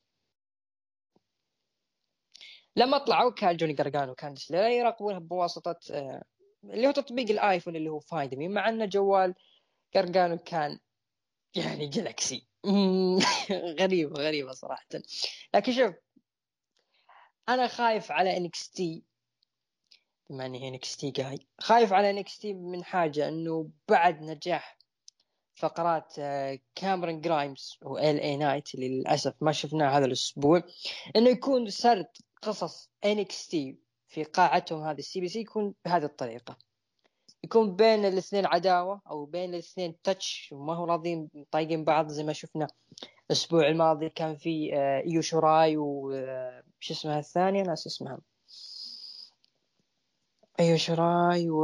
لما طلعوا كان جوني غرغانو كان يراقبونها بواسطة آه اللي هو تطبيق الايفون اللي هو فايند مي، مع ان جوال غرغانو كان يعني جلاكسي. غريبة غريبة صراحة. لكن شوف انا خايف على انكس تي، بما اني انكس تي جاي خايف على انكس تي من حاجة، انه بعد نجاح فقرات كاميرون جرايمز وال اي نايت اللي للاسف ما شفناه هذا الاسبوع، انه يكون سرد قصص إن إكس تي في قاعتهم هذه السي بي سي يكون بهذه الطريقة، يكون بين الاثنين عداوة او بين الاثنين تاتش وما هو راضين طايقين بعض، زي ما شفنا الاسبوع الماضي كان في ايو شوراي وش اسمها الثانية ناس اسمها ايو شوراي و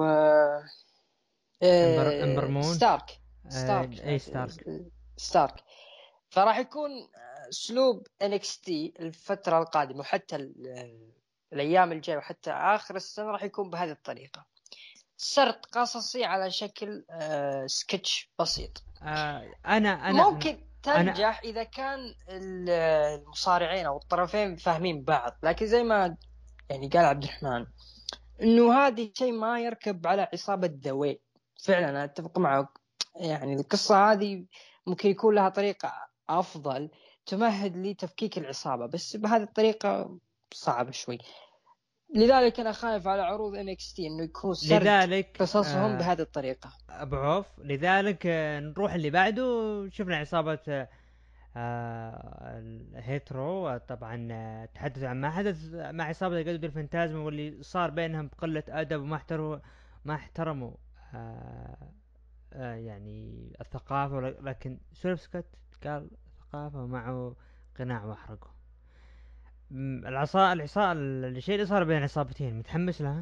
امبر امبر مون. ستارك آه ستارك اي ستارك. ستارك. فراح يكون اسلوب إن إكس تي الفترة القادمة وحتى الايام الجاية وحتى اخر السنة راح يكون بهذه الطريقة، سرد قصصي على شكل آه سكتش بسيط. آه انا انا انا ممكن انا تنجح اذا كان المصارعين او الطرفين فاهمين بعض، لكن زي ما يعني قال عبد الرحمن انه هذه شيء ما يركب على عصابة دوي. فعلا انا اتفق معك، يعني القصة هذه ممكن يكون لها طريقة افضل تمهد لتفكيك العصابة، بس بهذه الطريقة صعبة شوي. لذلك أنا خايف على عروض إن إكس تي إنه يكون سرد لذلك قصصهم آه بهذه الطريقة. ابو عوف، لذلك آه نروح اللي بعده. شفنا عصابة آه آه، الهيترو طبعا، آه تحدثوا عن ما حدث مع عصابة الجدد الفانتازما واللي صار بينهم بقلة أدب وما احترموا ما احترموا آه آه يعني الثقافة، لكن سولف سكوت قال ثقافة ومعه قناع وأحرقه. م، العصا العصا الشيء اللي صار بين عصابتين متحمس لها.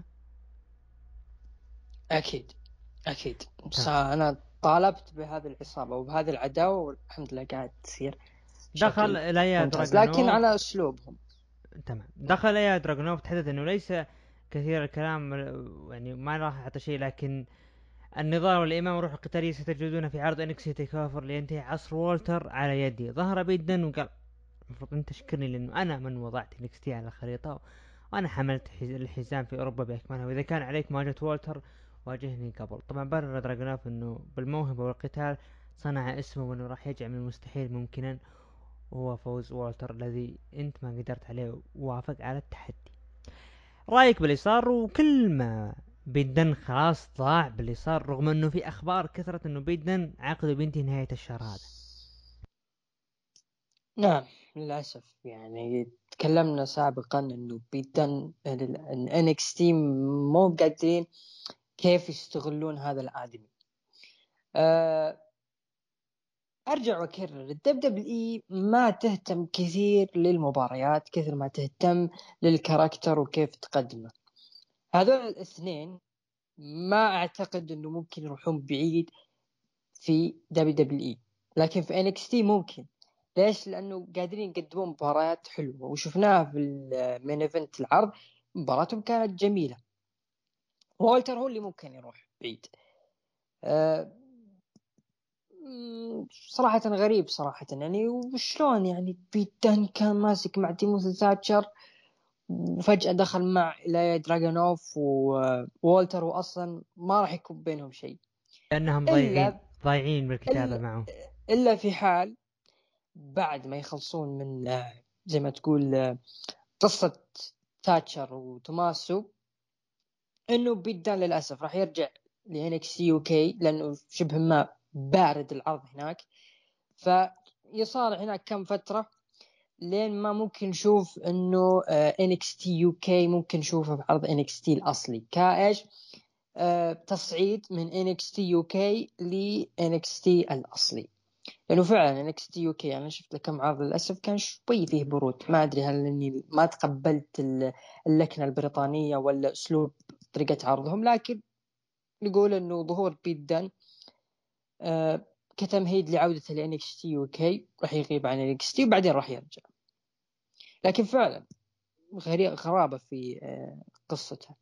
أكيد أكيد. بس تمام. أنا طالبت بهذه العصابة وبهذه العداوة، والحمد لله قاعد تصير دخل بشكل إليا ممتاز، لكن دراجونوف. على أسلوبهم. تمام. دخل إليا دراجونوف تحدث انه ليس كثير الكلام، يعني ما راح اعطي شيء، لكن النظام والإمام والروح القتالية ستجدون في عرض انكسي تيكوفر لينتهي عصر وولتر على يدي. ظهر بيدن وقال المفروض انت تشكرني لانه انا من وضعت انكستي على الخريطة، وانا حملت الحزام في اوروبا باكملها، واذا كان عليك مواجهة وولتر واجهني قبل. طبعا برر دراجونوف انه بالموهبة والقتال صنع اسمه، وانه راح يجعل من المستحيل ممكنا، وهو فوز وولتر الذي انت ما قدرت عليه، ووافق على التحدي. رايك باللي صار؟ وكل ما بيدن خلاص ضاع باللي صار، رغم انه في اخبار كثرت انه بيدن عقده بينتهي نهاية الشهر هذا. نعم للأسف. يعني تكلمنا سابقا انه بيدن ان إن إكس تي مو قادرين كيف يستغلون هذا الآدمي. أه ارجع واكرر، الدب دبليو اي ما تهتم كثير للمباريات كثر ما تهتم للكاركتر وكيف تقدمه. هذول الاثنين ما اعتقد انه ممكن يروحون بعيد في دبليو دبليو اي، لكن في إن إكس تي ممكن. ليش؟ لانه قادرين يقدمون مباريات حلوه، وشفناها في المين ايفنت العرض مباراتهم كانت جميله. والتر هو اللي ممكن يروح بعيد. أه صراحة غريب صراحة، يعني وشلون يعني بيتن كان ماسك مع تيموثي ثاتشر وفجأة دخل مع إيليا دراغونوف وولتر، وأصلا ما راح يكون بينهم شيء لانهم ضايعين إلا ضايعين بالكتابة إلا معه. إلا في حال بعد ما يخلصون من آه، زي ما تقول آه، قصة تاتشر وتوماسو، إنه بيدان للأسف راح يرجع ل إن إكس تي يو كي لأنه شبه ما بارد العرض هناك. فيصارع هناك كم فترة لين ما ممكن نشوف انه إن إكس تي يو كي ممكن نشوفه بعرض إن إكس تي الاصلي كايش آه تصعيد من إن إكس تي يو كي ل إن إكس تي الاصلي. لانه فعلا إن إكس تي يو كي انا شفت له كم عرض للاسف كان شوي فيه برود، ما ادري هل اني ما تقبلت اللكنه البريطانيه ولا اسلوب طريقه عرضهم، لكن نقول انه ظهور بيت دان آه كتمهيد لعودته ل إن إكس تي يو كي راح يغيب عن إن إكس تي وبعدين راح يرجع. لكن فعلا غرابة في قصتها.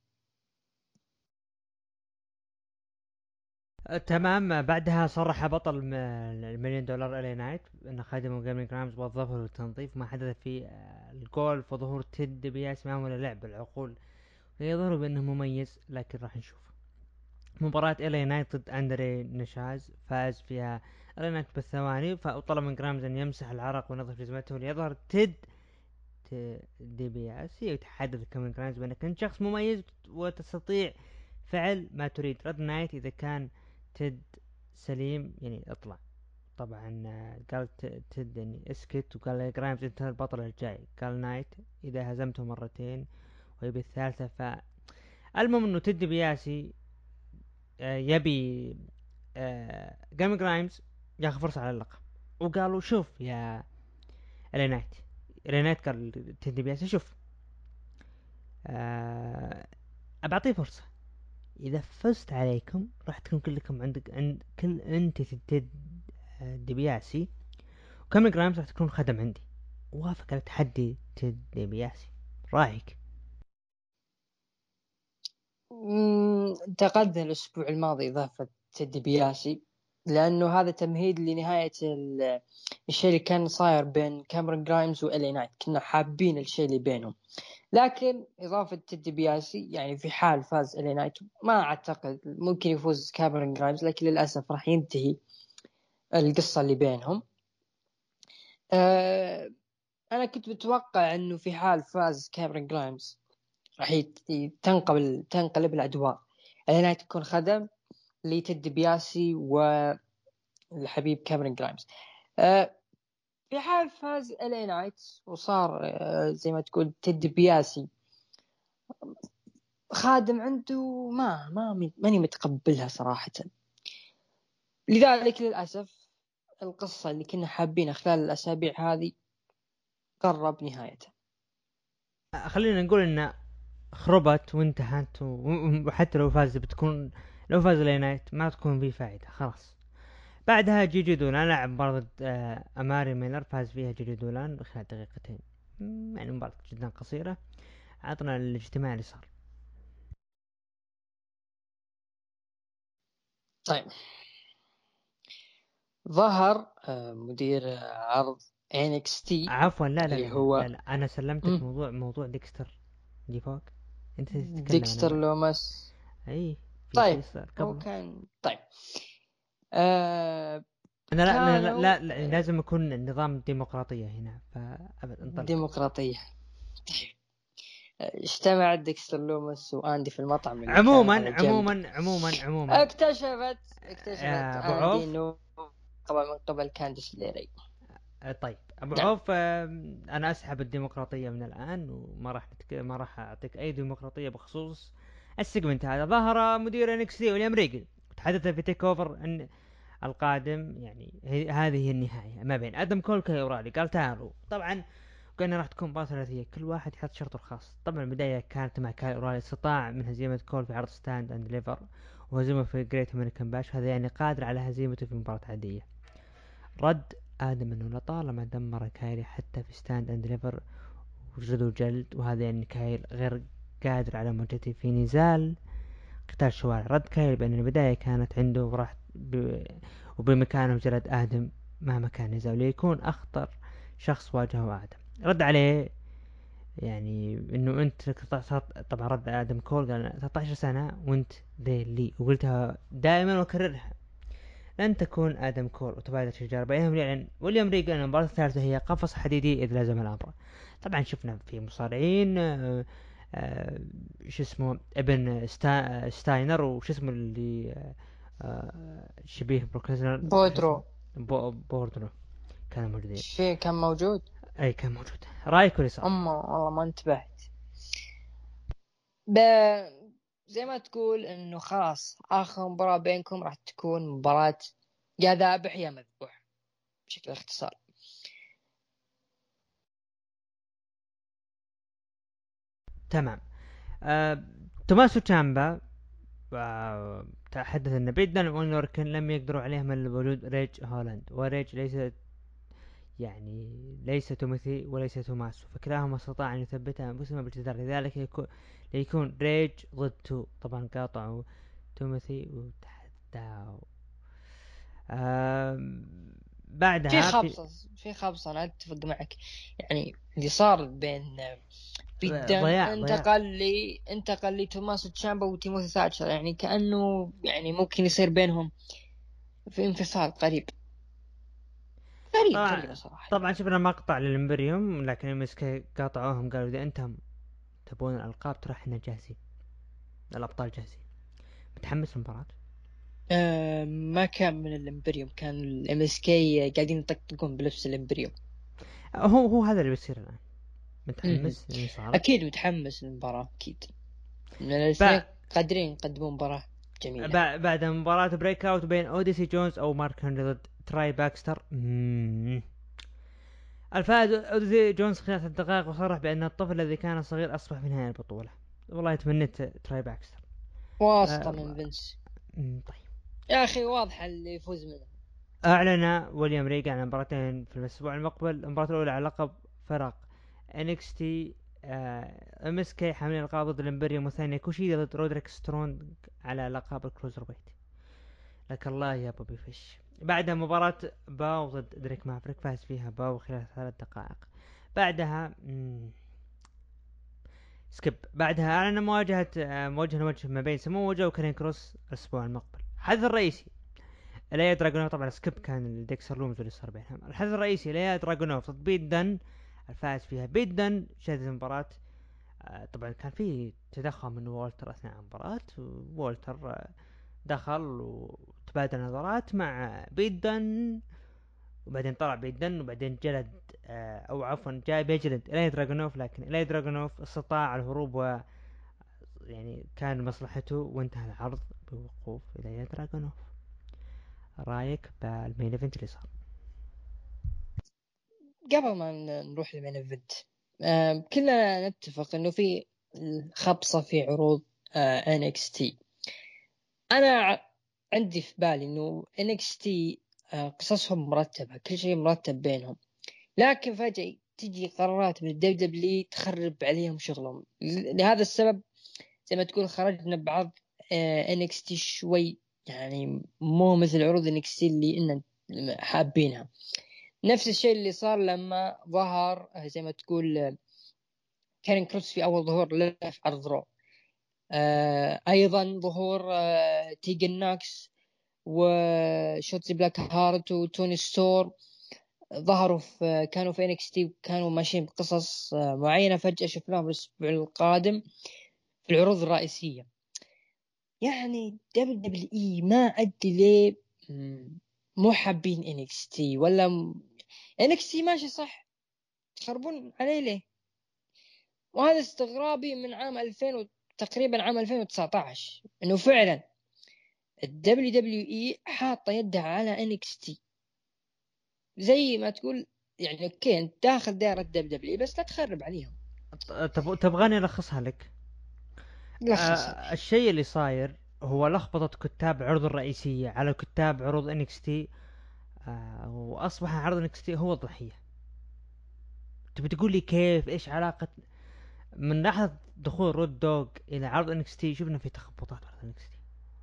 أه، تمام. بعدها صرح بطل م- المليون دولار الي نايت ان خادم جيمنج جرامز وظفه للتنظيف ما حدث في أه، الجولف وظهور تيد بياس معه لعب العقول، يظهر بانه مميز، لكن راح نشوف. مباراة الي نايت ضد اندري نشاز فاز فيها الي نايت بالثواني، فطلب من جرامز ان يمسح العرق وينظف جزمته ليظهر تيد دي بياس. يتحدث كمان جرامز بانك انت شخص مميز وتستطيع فعل ما تريد. رد نايت اذا كان تيد سليم يعني اطلع. طبعا آه، قال تيد يعني اسكت، وقال جرايمز انت البطل الجاي. قال نايت اذا هزمته مرتين ويبي الثالثة. فالمهم انه تيد بياسي آه، يبي جيم جرايمز ياخذ فرصة على اللقب. وقالوا شوف يا الي نايت الي نايت قال تيد بياسي شوف آه، ابعطيه فرصة، اذا فزت عليكم راح تكون كلكم عندك عند كل انت تد ديبياسي، وكامل جرامز راح تكون خدم عندي. وافق على تحدي تد ديبياسي. رايك؟ انتقدنا الأسبوع الماضي إضافة تيدي بياسي لأنه هذا تمهيد لنهاية الشيء اللي كان صاير بين كاميرون جرايمز وإلي نايت، كنا حابين الشيء اللي بينهم. لكن إضافة تيدي بياسي يعني في حال فاز إلي نايت ما أعتقد ممكن يفوز كاميرون جرايمز، لكن للأسف راح ينتهي القصة اللي بينهم. أه أنا كنت متوقع أنه في حال فاز كاميرون جرايمز راح يت- تنقلب تنقلب الأدوار. إلي نايت تكون خدم لتيد بياسي والحبيب كاميرون جرايمز. أه في حال فاز إلي نايت وصار أه زي ما تقول تيد بياسي خادم عنده، ما ما ماني متقبلها صراحة. لذلك للأسف القصة اللي كنا حابين خلال الأسابيع هذه قرب نهايتها. خلينا نقول ان خربت وانتهت، وحتى لو فاز بتكون، لو فاز اليونايت ما تكون فيه فائدة خلاص. بعدها جيجي دولان لعب مباراة آه، أماري ميلر، فاز فيها جيجي دولان خلال دقيقتين، يعني مباراة جدا قصيرة. عطنا الاجتماع اللي صار. طيب، ظهر مدير عرض إن إكس تي عفوا لا لا لا اللي لا لا, هو لا. أنا سلمتك موضوع موضوع ديكستر اللي فوق، أنت تتكلم أنا ديكستر بعد. لوماس. أي في طيب شيء صار هو قبله. كان طيب آه أنا لا لا لا, كانوا لا, لا آه لازم أكون نظام ديمقراطية هنا، فأبد انطلق. ديمقراطية. طيب، اجتمع ديكستر لوماس وأندي في المطعم اللي كان عموما على جنب. عموما عموما عموما اكتشفت اكتشفت يا أبو أندي عوف. إنه قبل من قبل كانديس ليري. آه، طيب ابو نعم. عوف، آه، انا اسحب الديمقراطيه من الان، وما راح نتك... ما راح اعطيك اي ديمقراطيه بخصوص السيجمنت هذا. ظهر مدير انكس تي ويليام ريجل وتحدث في تيك اوفر ان القادم يعني هي... هذه هي النهايه ما بين ادم كول كي اورالي. قال تعالوا طبعا كأنها راح تكون مباراة ثلاثية، كل واحد يحط شرطه الخاص. طبعا البداية كانت مع كاي اورالي، استطاع من هزيمة كول في عرض ستاند اند ليفر وهزيمه في جريت امريكان باش، هذا يعني قادر على هزيمته في مباراة عادية. رد آدم أنه لطالما دمر كايل حتى في ستاند اند ليفر وجلد جلد، وهذا يعني كايل غير قادر على مواجهته في نزال قتال شوارع. رد كايل بأن البداية كانت عنده وراح ب... وبمكانه جلد آدم مهما كان نزال ليكون أخطر شخص واجهه آدم. رد عليه يعني انه انت طبعا رد ادم كول قال ثلاثة عشر سنة وانت ذي لي، وقلتها دائما واكررها، لن تكون آدم كول وتبادل شجار بينهم، لأن ويليام ريغان المباراة الثالثة هي قفص حديدي إذ لازم الأمر. طبعا شفنا في مصارعين آه، آه، شو اسمه ابن ستا ستاينر وش اسمه اللي آه، آه، شبيه بروكليزنر، شو بودرو اسمه بو بوردرو، كانوا موجودين. شيء كان موجود. أي كان موجود. رأيك اللي صار؟ أما والله ما انتبهت. ب... زي ما تقول انه خلاص اخر مباراة بينكم راح تكون مباراة يا ذابح يا مذبوح بشكل اختصار. تمام. آه، توماسو تشامبا آه، تحدث أن بيدن ونوركن لم يقدروا عليهم إلا بوجود ريج هولاند، وريج ليس يعني ليس توماثي وليس توماسو، فكلاهما استطاع أن يثبتا أنفسهما بالجدار، لذلك يكون ليكون ريج ضد تو. طبعا قاطعوا توماثي وتحداوا. في بعدها في خبصة في خبصة انا اتفق معك. يعني اللي صار بين بيدن ضياع ضياع انتقل لي انتقل لي توماس تشامبا وتيموثي ثاتشر، يعني كأنه يعني ممكن يصير بينهم في انفصال قريب. غريب غريبة طبعا صراحة. طبعا شفنا مقطع للإمبريوم، لكن المسكي قاطعوهم قالوا إذا أنتم تبون الألقاب ترى احنا جاهزين، الأبطال جاهزين. متحمس المباراة. أه ما كان من الامبريوم، كان الام اس كي قاعدين يطقطقون بلبس الامبريوم. هو هو هذا اللي بيصير الآن. مهم. متحمس اللي صارت. اكيد متحمس للمباراة اكيد، لان الاثنين ب... قادرين يقدمون مباراة جميلة. ب... بعد مباراة بريك اوت بين اوديسي جونز او مارك هنري ضد تراي باكستر. مم. الفائز اوديسي جونز خلال ثلاث دقائق، وصرح بان الطفل الذي كان صغير اصبح في نهاية البطولة. والله تمنيت تراي باكستر. واسطة آه... من فينس. مم، طيب. يا اخي واضح اللي يفوز منه. اعلن ويليام ريغان عن مباراتين في الاسبوع المقبل. المباراة الاولى على لقب فرق انكس تي ام اس كي حاملين القاب ضد الامبريوم، والثانية كوشيدا ضد رودريك سترونج على لقب الكروزر ويت. لك الله يا بوبي فيش. بعدها مباراة باو ضد دريك مافريك، فاز فيها باو خلال ثلاث دقائق. بعدها مم، سكيب. بعدها اعلن مواجهة آه، مواجهة لوجه ما بين سمو وجو وكارين كروس الاسبوع المقبل. الحدث الرئيسي الايا دراجونوف، طبعا سكيب كان ديكسر لومز اللي صار بينهم. الحدث الرئيسي الايا دراجونوف ضد بيت دن، الفائز فيها بيت دن شهدت المباراة آه، طبعا كان في تدخل من وولتر أثناء المباراة. وولتر آه، دخل وتبادل نظرات مع بيدن، وبعدين طلع بيدن، وبعدين جلد آه، او عفوا جاي بيجلد إلي دراجونوف، لكن إلي دراجونوف استطاع الهروب، و يعني كان مصلحته، وانتهى العرض بوقوف إلي دراجونوف. رايك بالمين ايفنت اللي صار؟ قبل ما ن- نروح للمين ايفنت، آه كلنا نتفق انه في خبصة في عروض آه إن إكس تي. انا ع- عندي في بالي انه إن إكس تي آه قصصهم مرتبة، كل شيء مرتب بينهم، لكن فجأة تجي قرارات من الدبليو دبليو تخرب عليهم شغلهم. ل- لهذا السبب زي ما تقول خرجنا بعض إن إكس تي شوي، يعني مو مثل عروض إن إكس تي اللي إن حابينها. نفس الشيء اللي صار لما ظهر آه، زي ما تقول آه، كارين كروس في أول ظهور له في عرض رو. آه أيضا ظهور آه تيجن ناكس وشوتزي بلاك هارت وتوني ستور، ظهروا في كانوا في إن إكس تي وكانوا ماشيين بقصص آه معينة، فجأة شفناهم الأسبوع القادم في العروض الرئيسية. يعني دبليو دبليو إي ما أدري ليه مم، مو حابين إن إكس تي، ولا م... إن إكس تي ماشي صح، تخربون عليه ليه؟ وهذا استغرابي من عام ألفين و... تقريبا عام ألفين وتسعطعش، انه فعلا الدبليو دبليو اي حاطه يدها على ان اكس تي. زي ما تقول يعني اوكي انت داخل دائره دبليو دبليو اي بس لا تخرب عليهم. تب- تبغاني الخصها لك؟ لخصها آه لي. الشيء اللي صاير هو لخبطة كتاب عروض الرئيسية على كتاب عروض انكستي. آه واصبح عرض انكستي هو الضحية. تبي تقول لي كيف؟ ايش علاقة من لحظة دخول رود دوغ الى عرض انكستي شفنا في تخبطات عرض انكستي؟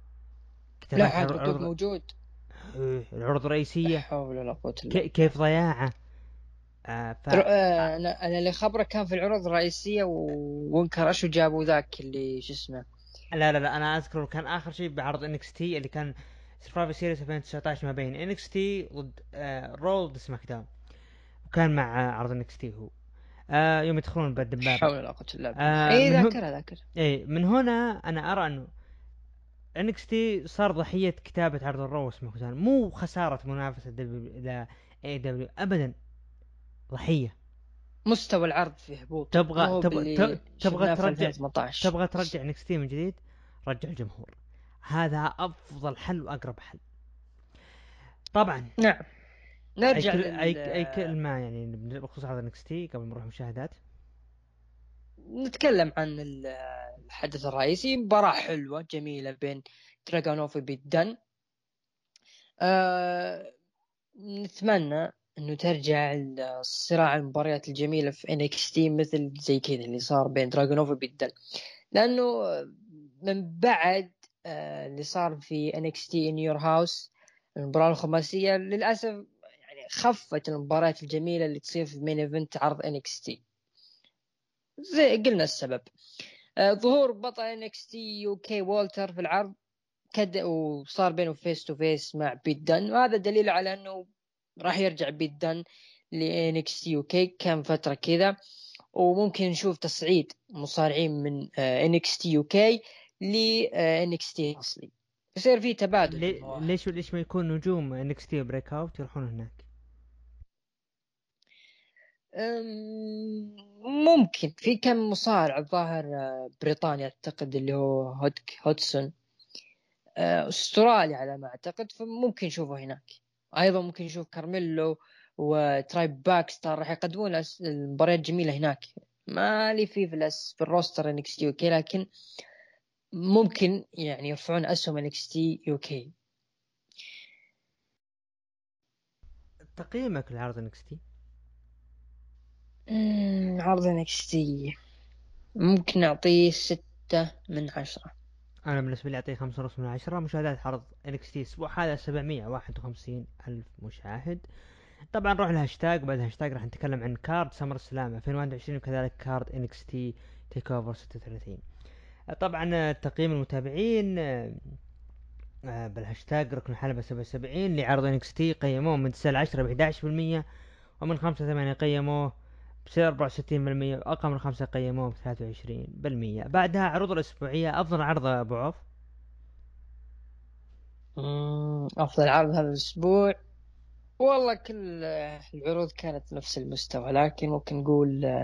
لا كتابات عاد عرض, ردود عرض موجود. إيه، العروض لا الرئيسية حول ولا قوه الا كي بالله. كيف ضياعه. آه ف ر- آه آه، انا انا اللي خبره كان في العروض الرئيسيه و... وانكر شو جابوا ذاك اللي شو اسمه. لا لا لا انا اذكر كان اخر شيء بعرض انكستي اللي كان سرفايفر سيريس ألفين وتسعطعش ما بين انكستي ضد آه رول سماك داون، وكان مع آه عرض انكستي هو آه يوم يدخلون لا بالدبابة. حول ولا قوه الا بالله. آه اي من هو ذاكرها ذاكرها. اي من هنا انا ارى انه انكستي صار ضحية كتابة عرض الرو سماك داون، مو خسارة منافسة دبليو الى اي دبليو ابدا، ضحية. مستوى العرض في هبوط، تبغى مو تبغى ت- باللي تبغى شفناه في ترجع ألفين وثمانطعش. تبغى ترجع انكستي من جديد، رجع الجمهور. هذا افضل حل واقرب حل. طبعا نعم. اي نرجع كل لل اي اي كلمه يعني بخصوص عرض انكس تي قبل ما نروح مشاهدات. نتكلم عن ال- الحدث الرئيسي. مباراة حلوة جميلة بين دراغونوف وبيت دن. آه نتمنى انه ترجع الصراع المباريات الجميلة في إن إكس تي مثل زي كذا اللي صار بين دراغونوف وبيت دن، لانه من بعد آه اللي صار في إن إكس تي in your house المباراة الخماسية للأسف يعني خفت المباريات الجميلة اللي تصير في مين ايفنت عرض إن إكس تي. زي قلنا السبب آه، ظهور بطل إن إكس تي يو كي والتر في العرض كد وصار بينه فيس تو فيس مع بيت دن، وهذا دليل على انه راح يرجع بيت دن ل إن إكس تي يو كي. كان فترة كذا وممكن نشوف تصعيد مصارعين من آه، إن إكس تي يو كي ل آه، إن إكس تي اصلي، يصير في تبادل في لي- المواهب. ليش ليش ما يكون نجوم انكس تي بريك اوت يروحون هناك؟ أم، ممكن في كم مصارع الظاهر آه، بريطانيا اعتقد اللي هو هودك هودسون آه، استرالي على ما اعتقد، فممكن نشوفه هناك. ايضا ممكن نشوف كارميلو وترايب باكستر راح يقدمون أس- المباريات جميله هناك. ما لي في في, الأس في الروستر انكس تي يوكي، لكن ممكن يعني يرفعون اسهم انكس تي يوكي. تقييمك لعرض انكس تي؟ عرض انكس تي ممكن نعطيه ستة من عشرة. انا بالنسبه لي اعطيه خمسة ونص من عشرة. مشاهدات عرض انكس تي الاسبوع هذا سبعمية وواحد وخمسين الف مشاهد. طبعا نروح الهاشتاج، وبعد الهاشتاج راح نتكلم عن كارد سمر سلام ألفين وواحد وعشرين وكذلك كارد انكس تي تيك اوفر ستة وثلاثين. طبعا تقييم المتابعين آه، بالهاشتاج ركن الحلبة سبعة وسبعين لعرض انكس تي قيموه من تسعة ل عشرة ب احد عشر بالمية، ومن خمسة ثمانية قيموه بتصير أربعة وستين بالمية، وأقل من خمسة قيموه بثلاثة وعشرين بالمية. بعدها عروض الأسبوعية. أفضل عرض يا أبو عوف؟ مم، أفضل عرض هذا الأسبوع، والله كل العروض كانت نفس المستوى، لكن ممكن نقول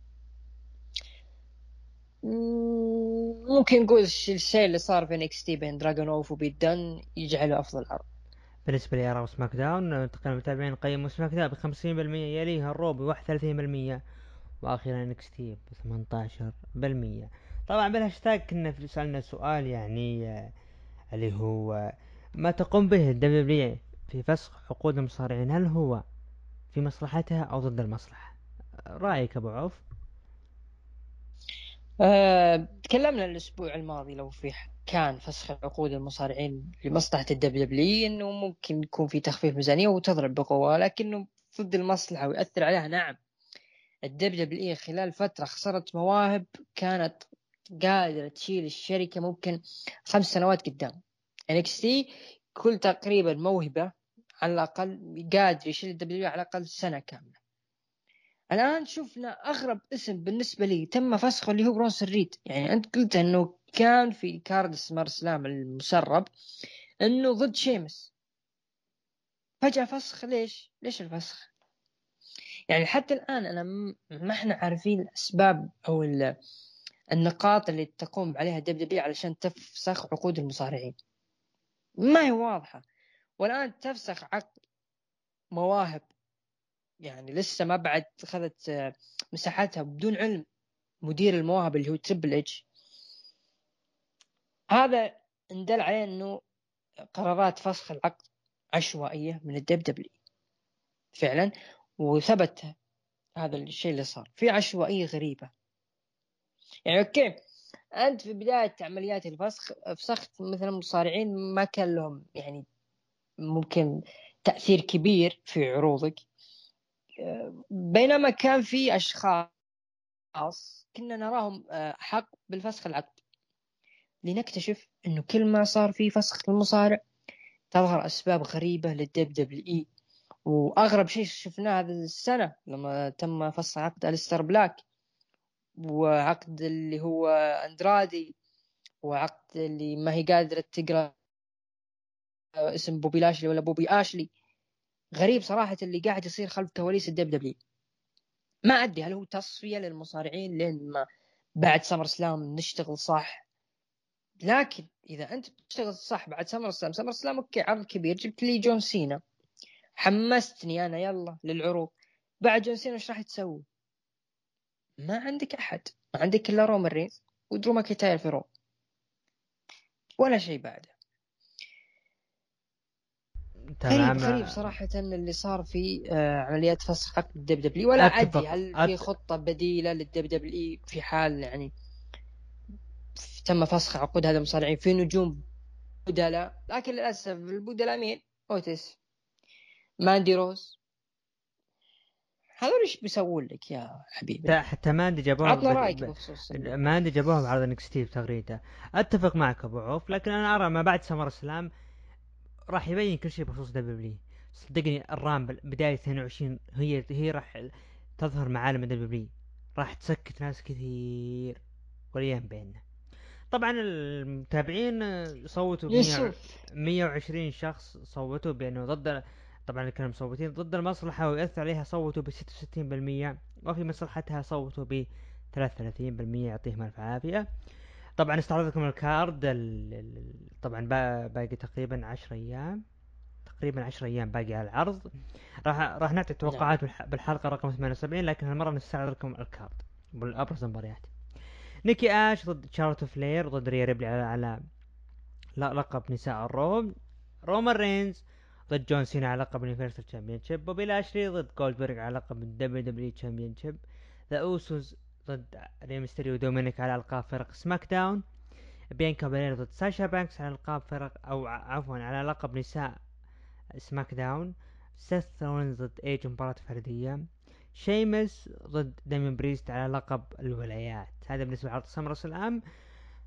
ممكن نقول الشيء اللي صار في إكس تي بين دراغونوف وبيت دان يجعله أفضل عرض. بالنسبة لي أرى سماك داون، تقريبا المتابعين قيموا سماك داون بخمسين بالمية، يليها الرو بواحد وثلاثين بالمية، وأخيرا إكس تي بثمانية عشر بالمية. طبعا بالهاشتاج كنا سألنا سؤال يعني آه، اللي هو ما تقوم به الدبليو دبليو في فسخ عقود المصارعين، هل هو في مصلحتها أو ضد المصلحة؟ رأيك أبو عوف؟ أه، تكلمنا الأسبوع الماضي لو في كان فسخ عقود المصارعين لمصلحة الدبليو دبليو إنه ممكن يكون في تخفيف ميزانية وتضرب بقوة، لكنه ضد المصلحة ويأثر عليها. نعم، الدبليو دبليو خلال فترة خسرت مواهب كانت قادرة تشيل الشركة ممكن خمس سنوات قدام. إن إكس تي كل تقريبا موهبة على الأقل قادر يشيل الدبليو على الأقل سنة كاملة. الآن شفنا أغرب اسم بالنسبة لي تم فسخه اللي هو برونسون ريد. يعني أنت قلت أنه كان في كارد سمار سلام المسرب أنه ضد شيمس، فجأة فسخ. ليش ليش الفسخ؟ يعني حتى الآن أنا م- ما احنا عارفين الأسباب أو النقاط اللي تقوم عليها دب دبليو علشان تفسخ عقود المصارعين، ما هي واضحة. والآن تفسخ عقد مواهب يعني لسه ما بعد أخذت آه، مساحتها بدون علم مدير المواهب اللي هو تريبل اتش. هذا ندل عليه انه قرارات فسخ العقد عشوائية من الدب دبليو فعلا، وثبت هذا الشيء اللي صار في عشوائية غريبة. يعني اوكي، انت في بداية عمليات الفسخ فسخت مثلا مصارعين ما كان لهم يعني ممكن تأثير كبير في عروضك، بينما كان في أشخاص كنا نراهم حق بالفسخ العقد. لنكتشف أنه كل ما صار في فسخ للمصارع تظهر أسباب غريبة للدب دبليو إي. وأغرب شيء شفناه هذه السنة لما تم فسخ عقد أليستر بلاك، وعقد اللي هو أندرادي، وعقد اللي ما هي قادرة تقرأ اسم بوبي لاشلي ولا بوبي آشلي. غريب صراحة اللي قاعد يصير خلف كواليس الدب دبليو. ما أدري هل هو تصفية للمصارعين لين ما بعد سمر سلام نشتغل صح. لكن إذا أنت بتشتغل صح بعد سمر سلام، سمر سلام أوكي عرض كبير، جبت لي جون سينا، حمستني أنا يلا للعروض. بعد جون سينا إيش راح تسوي؟ ما عندك أحد، ما عندك إلا رومان رينز ودرو ماكينتاير في رو، ولا شيء بعده. غريب تمام. غريب صراحة اللي صار في آه، عمليات فسخ عقد الدب دبليو. ولا أدري أتفق هل في أت... خطة بديلة للدب دبليو في حال يعني تم فسخ عقود هذا المصارعين في نجوم بدلاء. لكن للأسف البدلاء مين؟ أوتيس، ماندي روز، هذول ايش بيسوون لك يا حبيبنا؟ حتى ماندي جابوها ب... عطنا رايك ب... بخصوص ال... ماندي جابوها بعرض انكستي بتغريده. اتفق معك ابو عوف، لكن انا ارى ما بعد سمر سلام راح يبين كل شيء بخصوص دبليو. صدقني الرامبل بداية اثنين وعشرين هي هي راح تظهر معالم دبليو، راح تسكت ناس كثير والايام بيننا. طبعا المتابعين صوتوا ب نشوف. مية وعشرين شخص صوتوا بانه ضد، طبعا اللي كانوا مصوتين ضد المصلحة ويأثر عليها صوتوا ب ستة وستين بالمية، وفي مصلحتها صوتوا ب ثلاثة وثلاثين بالمية. يعطيهم الف عافية. طبعا استعرض لكم الكارد ال... ال... طبعا باقي تقريبا عشر ايام، تقريبا عشر ايام باقي على العرض. راح راح نعطي نعم. توقعات بالحلقة رقم ثمانية وسبعين، لكن هالمرة نستعرض لكم الكارد بالابرز المباريات. نيكي اش ضد شارلوت فلير ضد ريا ريبلي على, على لا لقب نساء الروم. رومان رينز ضد جون سينا على لقب اليونيفرسال تشامبيون شيب. بوبي لاشلي ضد جولدبرغ على لقب الدبليو دبليو تشامبيون شيب. ذا اوسوس ضد ري ميستيريو ودومينيك على القاب فرق سماك داون. بيانكا بالير ضد ساشا بانكس على القاب فرق او عفوا على لقب نساء سماك داون. سيث ثرونز ضد ايج مباراة فردية. شيمس ضد ديمين بريست على لقب الولايات. هذا بالنسبة لعرض سمر الآن.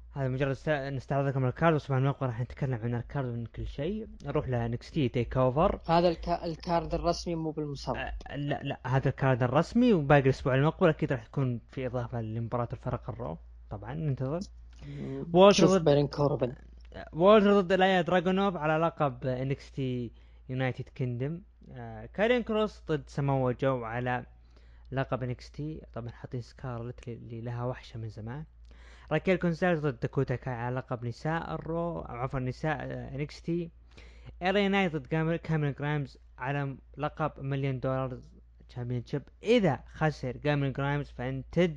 هذا مجرد است- نستعرض لكم الكارد، وسبحان المقطع راح نتكلم عن الكارد من كل شيء. نروح لنكستي تيك اوفر. هذا الكا... الكارد الرسمي مو بالمسرب. آه لا لا، هذا الكارد الرسمي، وباقي الاسبوع المقبل اكيد راح تكون في اضافه لمباراه الفرق الرو. طبعا ننتظر. والتر شوف ضد بارين كوربن. والتر ضد الايا دراجونوف على لقب انكستي يونايتد كيندم. كارين كروس ضد ساموا جو على لقب انكستي. طبعا حاطين سكارلت اللي لها وحشه من زمان. راكيل كونسالز ضد داكوتا كاي على لقب نساء الرو، او عفوا نساء انكستي. اري نايت ضد كاميرون جرايمز على لقب مليون دولار تشامبيون شيب. اذا خسر كاميرون جرايمز فان تيد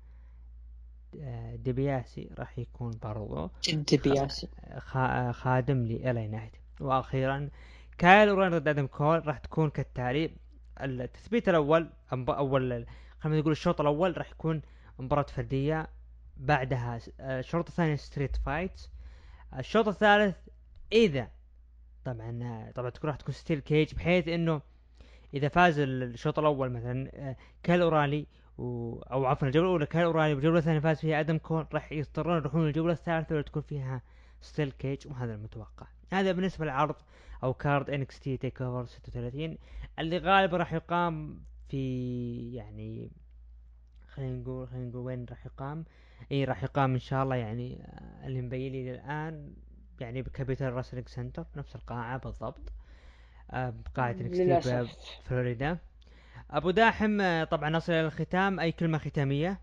ديبياسي راح يكون برضو جد بياسي. خادم لإلي نايت. واخيرا كايل اورين ضد ادم كول راح تكون كالتالي. التثبيت الاول اول خلينا نقول الشوط الاول راح يكون مباراة فردية، بعدها الشوط الثاني ستريت فايت. الشوط الثالث اذا طبعا طبعا تكون راح تكون ستيل كيج، بحيث انه اذا فاز الشوط الاول مثلا كايل اورالي و... او عفوا الجوله الاولى كايل اورالي، والجوله الثانيه فاز فيها ادم كول، راح يضطرون يروحون الجوله الثالثه واللي تكون فيها ستيل كيج، وهذا المتوقع. هذا بالنسبه للعرض او كارد انكس تي تيك اوفر ستة وثلاثين، اللي غالبا راح يقام في يعني خلينا نقول خلينا نقول وين راح يقام. اي راح يقام ان شاء الله يعني اللي مبين لي الان يعني بكابيتال راسلينج سنتر، نفس القاعه بالضبط، بقاعه انكس تي للأسف. بفلوريدا. ابو داحم طبعا نصل الى الختام، اي كلمه ختاميه؟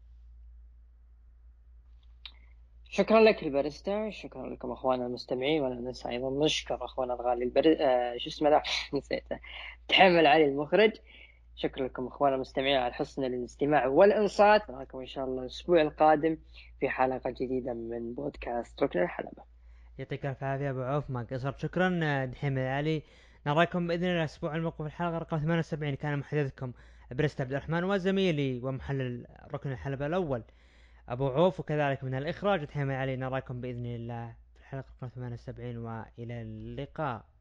شكرا لك الباريستا، شكرا لكم اخوانا المستمعين، ولا ننسى ايضا نشكر اخوانا الغالي البر... آه شو اسمه ذا نسيته، تحمل علي المخرج. شكرا لكم اخوانا المستمعين على حسن الاستماع والانصات. نراكم ان شاء الله الاسبوع القادم في حلقه جديده من بودكاست ركن الحلبه. يعطيك الف عافيه ابو عوف، ما قصرت. شكرا دحيم العلي. نراكم باذن الله الاسبوع المقبل في الحلقه رقم ثمانية وسبعين. كان محدثكم بريست عبد الرحمن، وزميلي ومحلل ركن الحلبه الاول ابو عوف، وكذلك من الاخراج دحيم العلي. نراكم باذن الله في الحلقه رقم ثمانية وسبعين، والى اللقاء.